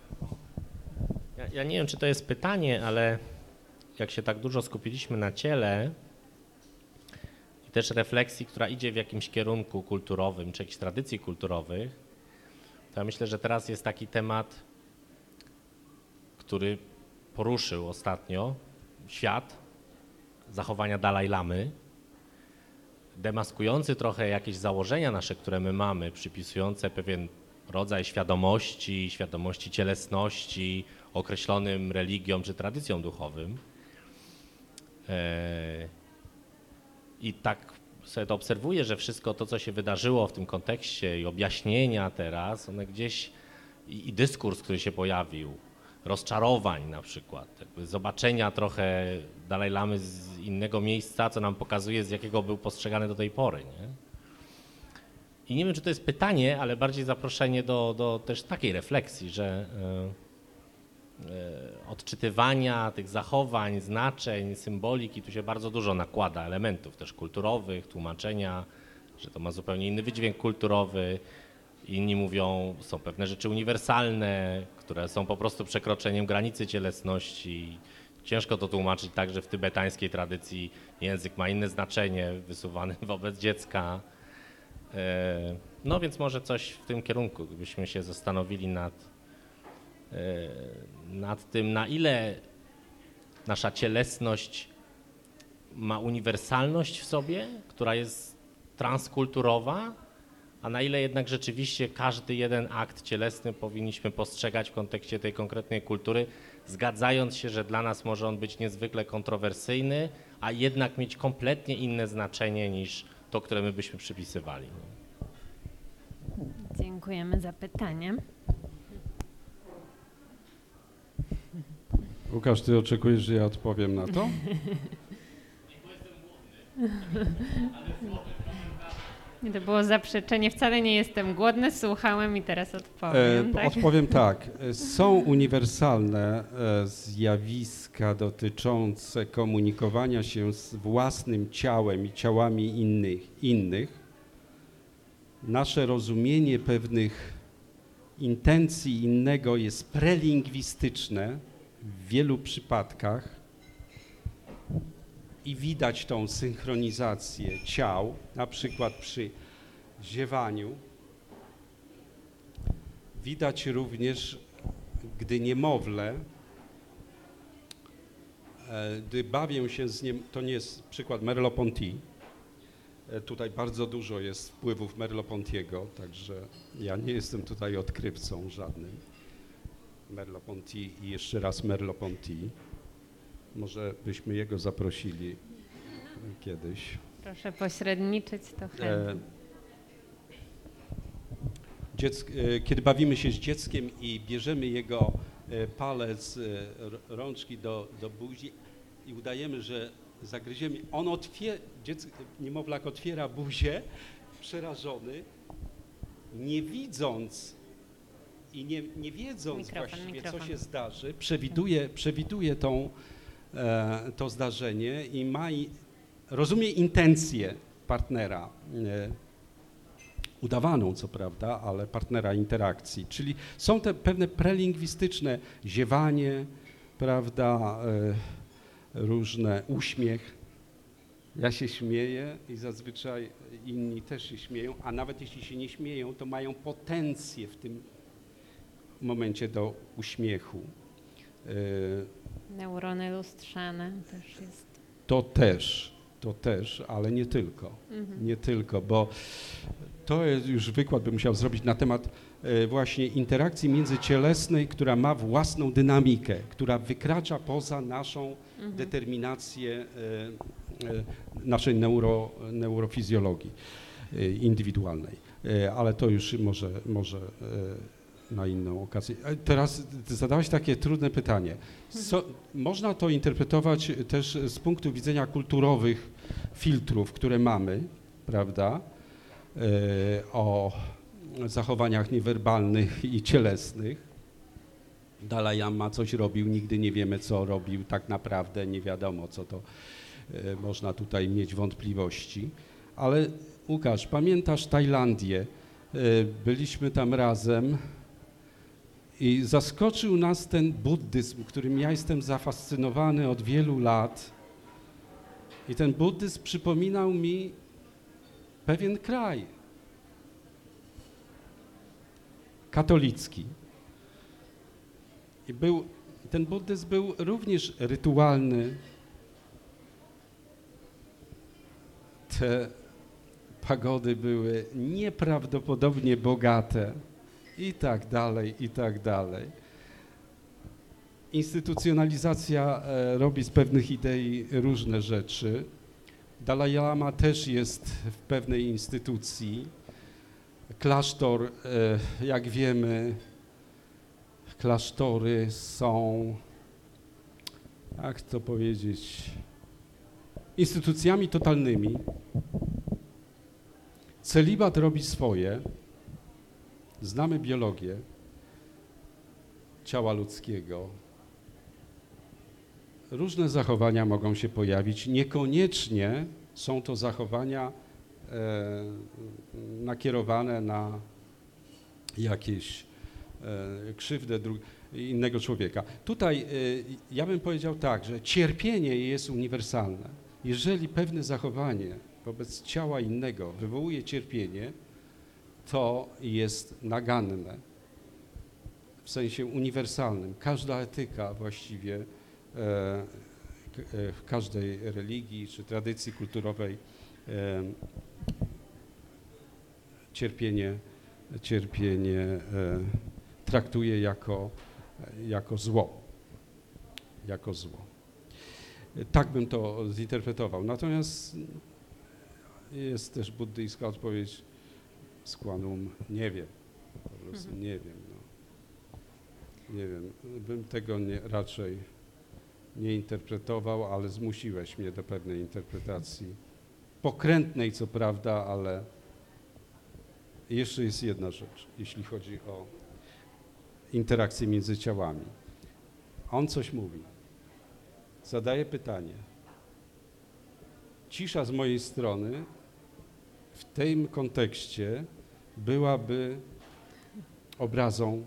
Ja nie wiem, czy to jest pytanie, ale jak się tak dużo skupiliśmy na ciele i też refleksji, która idzie w jakimś kierunku kulturowym, czy jakichś tradycji kulturowych, to ja myślę, że teraz jest taki temat, który poruszył ostatnio świat, zachowania Dalaj Lamy, demaskujący trochę jakieś założenia nasze, które my mamy, przypisujące pewien rodzaj świadomości, świadomości cielesności określonym religiom czy tradycjom duchowym. I tak sobie to obserwuję, że wszystko to, co się wydarzyło w tym kontekście i objaśnienia teraz, one gdzieś i, i dyskurs, który się pojawił, rozczarowań na przykład, jakby zobaczenia trochę Dalaj Lamy z innego miejsca, co nam pokazuje, z jakiego był postrzegany do tej pory. Nie? I nie wiem, czy to jest pytanie, ale bardziej zaproszenie do, do też takiej refleksji, że y, y, odczytywania tych zachowań, znaczeń, symboliki, tu się bardzo dużo nakłada elementów też kulturowych, tłumaczenia, że to ma zupełnie inny wydźwięk kulturowy. Inni mówią, są pewne rzeczy uniwersalne, które są po prostu przekroczeniem granicy cielesności. Ciężko to tłumaczyć tak, że w tybetańskiej tradycji język ma inne znaczenie, wysuwany wobec dziecka. No więc może coś w tym kierunku, gdybyśmy się zastanowili nad, nad tym, na ile nasza cielesność ma uniwersalność w sobie, która jest transkulturowa, a na ile jednak rzeczywiście każdy jeden akt cielesny powinniśmy postrzegać w kontekście tej konkretnej kultury, zgadzając się, że dla nas może on być niezwykle kontrowersyjny, a jednak mieć kompletnie inne znaczenie niż to, które my byśmy przypisywali. Dziękujemy za pytanie. Łukasz, ty oczekujesz, że ja odpowiem na to? To było zaprzeczenie, wcale nie jestem głodny, słuchałem i teraz odpowiem. E, tak? Odpowiem tak. Są uniwersalne e, zjawiska dotyczące komunikowania się z własnym ciałem i ciałami innych. innych. Nasze rozumienie pewnych intencji innego jest prelingwistyczne w wielu przypadkach i widać tą synchronizację ciał, na przykład przy ziewaniu. Widać również, gdy niemowlę, gdy bawię się z nim, to nie jest przykład Merleau-Ponty. Tutaj bardzo dużo jest wpływów Merleau-Pontiego, także ja nie jestem tutaj odkrywcą żadnym. Merleau-Ponty i jeszcze raz Merleau-Ponty. Może byśmy jego zaprosili kiedyś. Proszę pośredniczyć, to chętnie. E, dziecko, e, kiedy bawimy się z dzieckiem i bierzemy jego e, palec, e, rączki do, do buzi i udajemy, że zagryziemy, on otwiera, dziecko, niemowlak otwiera buzię, przerażony, nie widząc i nie, nie wiedząc Mikrofon, właściwie, mikrofon. co się zdarzy, przewiduje, przewiduje tą, e, to zdarzenie i ma, i rozumie intencję partnera, e, udawaną co prawda, ale partnera interakcji, czyli są te pewne prelingwistyczne ziewanie, prawda, e, różne, uśmiech. Ja się śmieję i zazwyczaj inni też się śmieją, a nawet jeśli się nie śmieją, to mają potencję w tym momencie do uśmiechu. Neurony lustrzane też jest. To też, to też, ale nie tylko. Mhm. Nie tylko, bo to jest już wykład bym musiał zrobić na temat właśnie interakcji międzycielesnej, która ma własną dynamikę, która wykracza poza naszą mhm. determinację naszej neuro, neurofizjologii indywidualnej. Ale to już może, może na inną okazję. Teraz zadałeś takie trudne pytanie. So, można to interpretować też z punktu widzenia kulturowych filtrów, które mamy, prawda, o zachowaniach niewerbalnych i cielesnych. Dalaj Lama coś robił, nigdy nie wiemy, co robił, tak naprawdę nie wiadomo, co to, e, można tutaj mieć wątpliwości. Ale Łukasz, pamiętasz Tajlandię? E, byliśmy tam razem I zaskoczył nas ten buddyzm, którym ja jestem zafascynowany od wielu lat. I ten buddyzm przypominał mi pewien kraj katolicki. I był, ten buddyzm był również rytualny. Te pagody były nieprawdopodobnie bogate i tak dalej, i tak dalej. Instytucjonalizacja e, robi z pewnych idei różne rzeczy. Dalai Lama też jest w pewnej instytucji. Klasztor, e, jak wiemy, klasztory są, jak to powiedzieć, instytucjami totalnymi. Celibat robi swoje. Znamy biologię ciała ludzkiego. Różne zachowania mogą się pojawić. Niekoniecznie są to zachowania e, nakierowane na jakieś e, krzywdę dru- innego człowieka. Tutaj e, ja bym powiedział tak, że cierpienie jest uniwersalne. Jeżeli pewne zachowanie wobec ciała innego wywołuje cierpienie, to jest naganne w sensie uniwersalnym. Każda etyka właściwie e, w każdej religii czy tradycji kulturowej e, cierpienie, cierpienie e, traktuje jako, jako zło. Jako zło. Tak bym to zinterpretował. Natomiast jest też buddyjska odpowiedź skłanum, nie wiem, po prostu mhm. nie wiem. No. Nie wiem, bym tego nie, raczej nie interpretował, ale zmusiłeś mnie do pewnej interpretacji. Pokrętnej co prawda, ale jeszcze jest jedna rzecz, jeśli chodzi o interakcję między ciałami. On coś mówi, zadaje pytanie. Cisza z mojej strony w tym kontekście byłaby obrazą,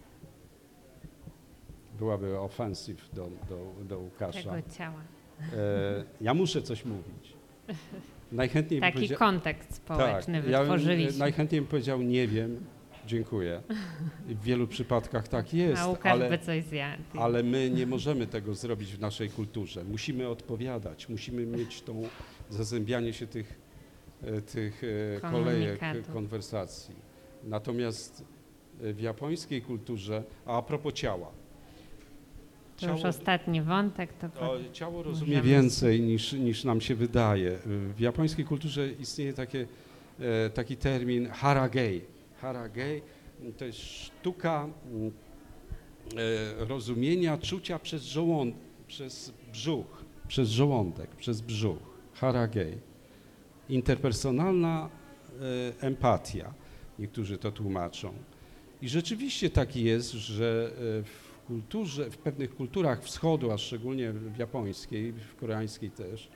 byłaby offensive do, do, do Łukasza. Tego ciała. E, ja muszę coś mówić. Najchętniej Taki powiedzia- kontekst społeczny tak, wytworzyliśmy. Ja bym, najchętniej bym powiedział nie wiem, dziękuję. I w wielu przypadkach tak jest, A Łukasz ale, by coś zjadł. ale my nie możemy tego zrobić w naszej kulturze. Musimy odpowiadać, musimy mieć tą zazębianie się tych, tych kolejek konwersacji. Natomiast w japońskiej kulturze, a, a propos ciała. To Ciało, już ostatni wątek. To, to ciało rozumie więcej niż, niż nam się wydaje. W japońskiej kulturze istnieje takie, e, taki termin haragei. Haragei to jest sztuka e, rozumienia czucia przez żołądek, przez brzuch, przez żołądek, przez brzuch. Haragei. Interpersonalna e, empatia. Niektórzy to tłumaczą. I rzeczywiście tak jest, że w kulturze, w pewnych kulturach wschodu, a szczególnie w japońskiej, w koreańskiej też,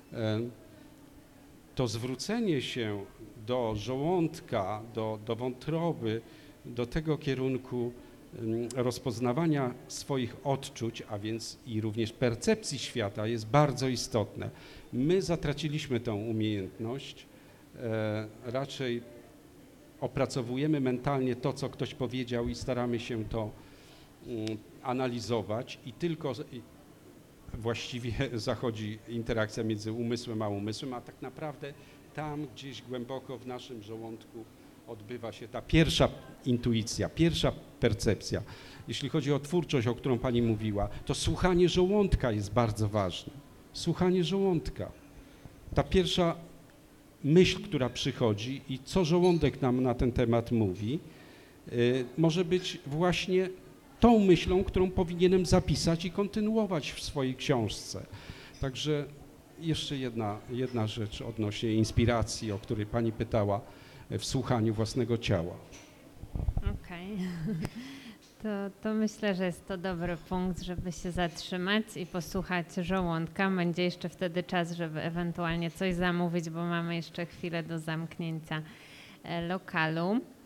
to zwrócenie się do żołądka, do, do wątroby, do tego kierunku rozpoznawania swoich odczuć, a więc i również percepcji świata jest bardzo istotne. My zatraciliśmy tę umiejętność, raczej opracowujemy mentalnie to, co ktoś powiedział i staramy się to analizować i tylko właściwie zachodzi interakcja między umysłem a umysłem, a tak naprawdę tam gdzieś głęboko w naszym żołądku odbywa się ta pierwsza intuicja, pierwsza percepcja. Jeśli chodzi o twórczość, o którą Pani mówiła, to słuchanie żołądka jest bardzo ważne. Słuchanie żołądka. Ta pierwsza myśl, która przychodzi i co żołądek nam na ten temat mówi, yy, może być właśnie tą myślą, którą powinienem zapisać i kontynuować w swojej książce. Także jeszcze jedna, jedna rzecz odnośnie inspiracji, o której Pani pytała, w słuchaniu własnego ciała. Okej. Okay. To, to myślę, że jest to dobry punkt, żeby się zatrzymać i posłuchać żołądka. Będzie jeszcze wtedy czas, żeby ewentualnie coś zamówić, bo mamy jeszcze chwilę do zamknięcia lokalu.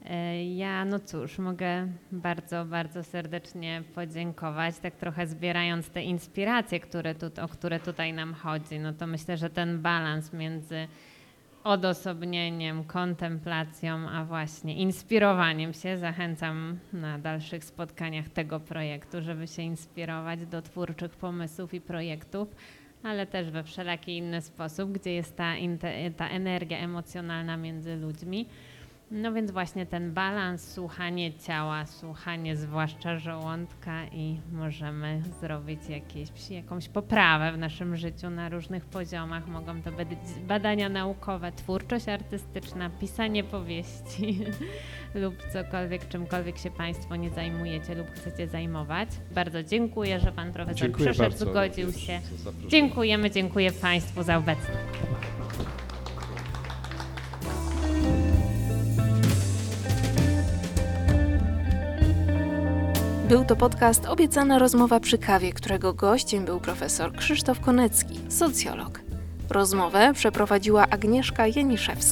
Ja, no cóż, mogę bardzo, bardzo serdecznie podziękować, tak trochę zbierając te inspiracje, które tu, o które tutaj nam chodzi. No to myślę, że ten balans między odosobnieniem, kontemplacją, a właśnie inspirowaniem się. Zachęcam na dalszych spotkaniach tego projektu, żeby się inspirować do twórczych pomysłów i projektów, ale też we wszelaki inny sposób, gdzie jest ta, ta energia emocjonalna między ludźmi. No więc właśnie ten balans, słuchanie ciała, słuchanie zwłaszcza żołądka i możemy zrobić jakieś, jakąś poprawę w naszym życiu na różnych poziomach. Mogą to być badania naukowe, twórczość artystyczna, pisanie powieści lub cokolwiek, czymkolwiek się Państwo nie zajmujecie lub chcecie zajmować. Bardzo dziękuję, że Pan Profesor Dziękuję przyszedł, bardzo zgodził się. za zaproszenie. Dziękujemy, dziękuję Państwu za obecność. Był to podcast Obiecana rozmowa przy kawie, którego gościem był profesor Krzysztof Konecki, socjolog. Rozmowę przeprowadziła Agnieszka Janiszewska.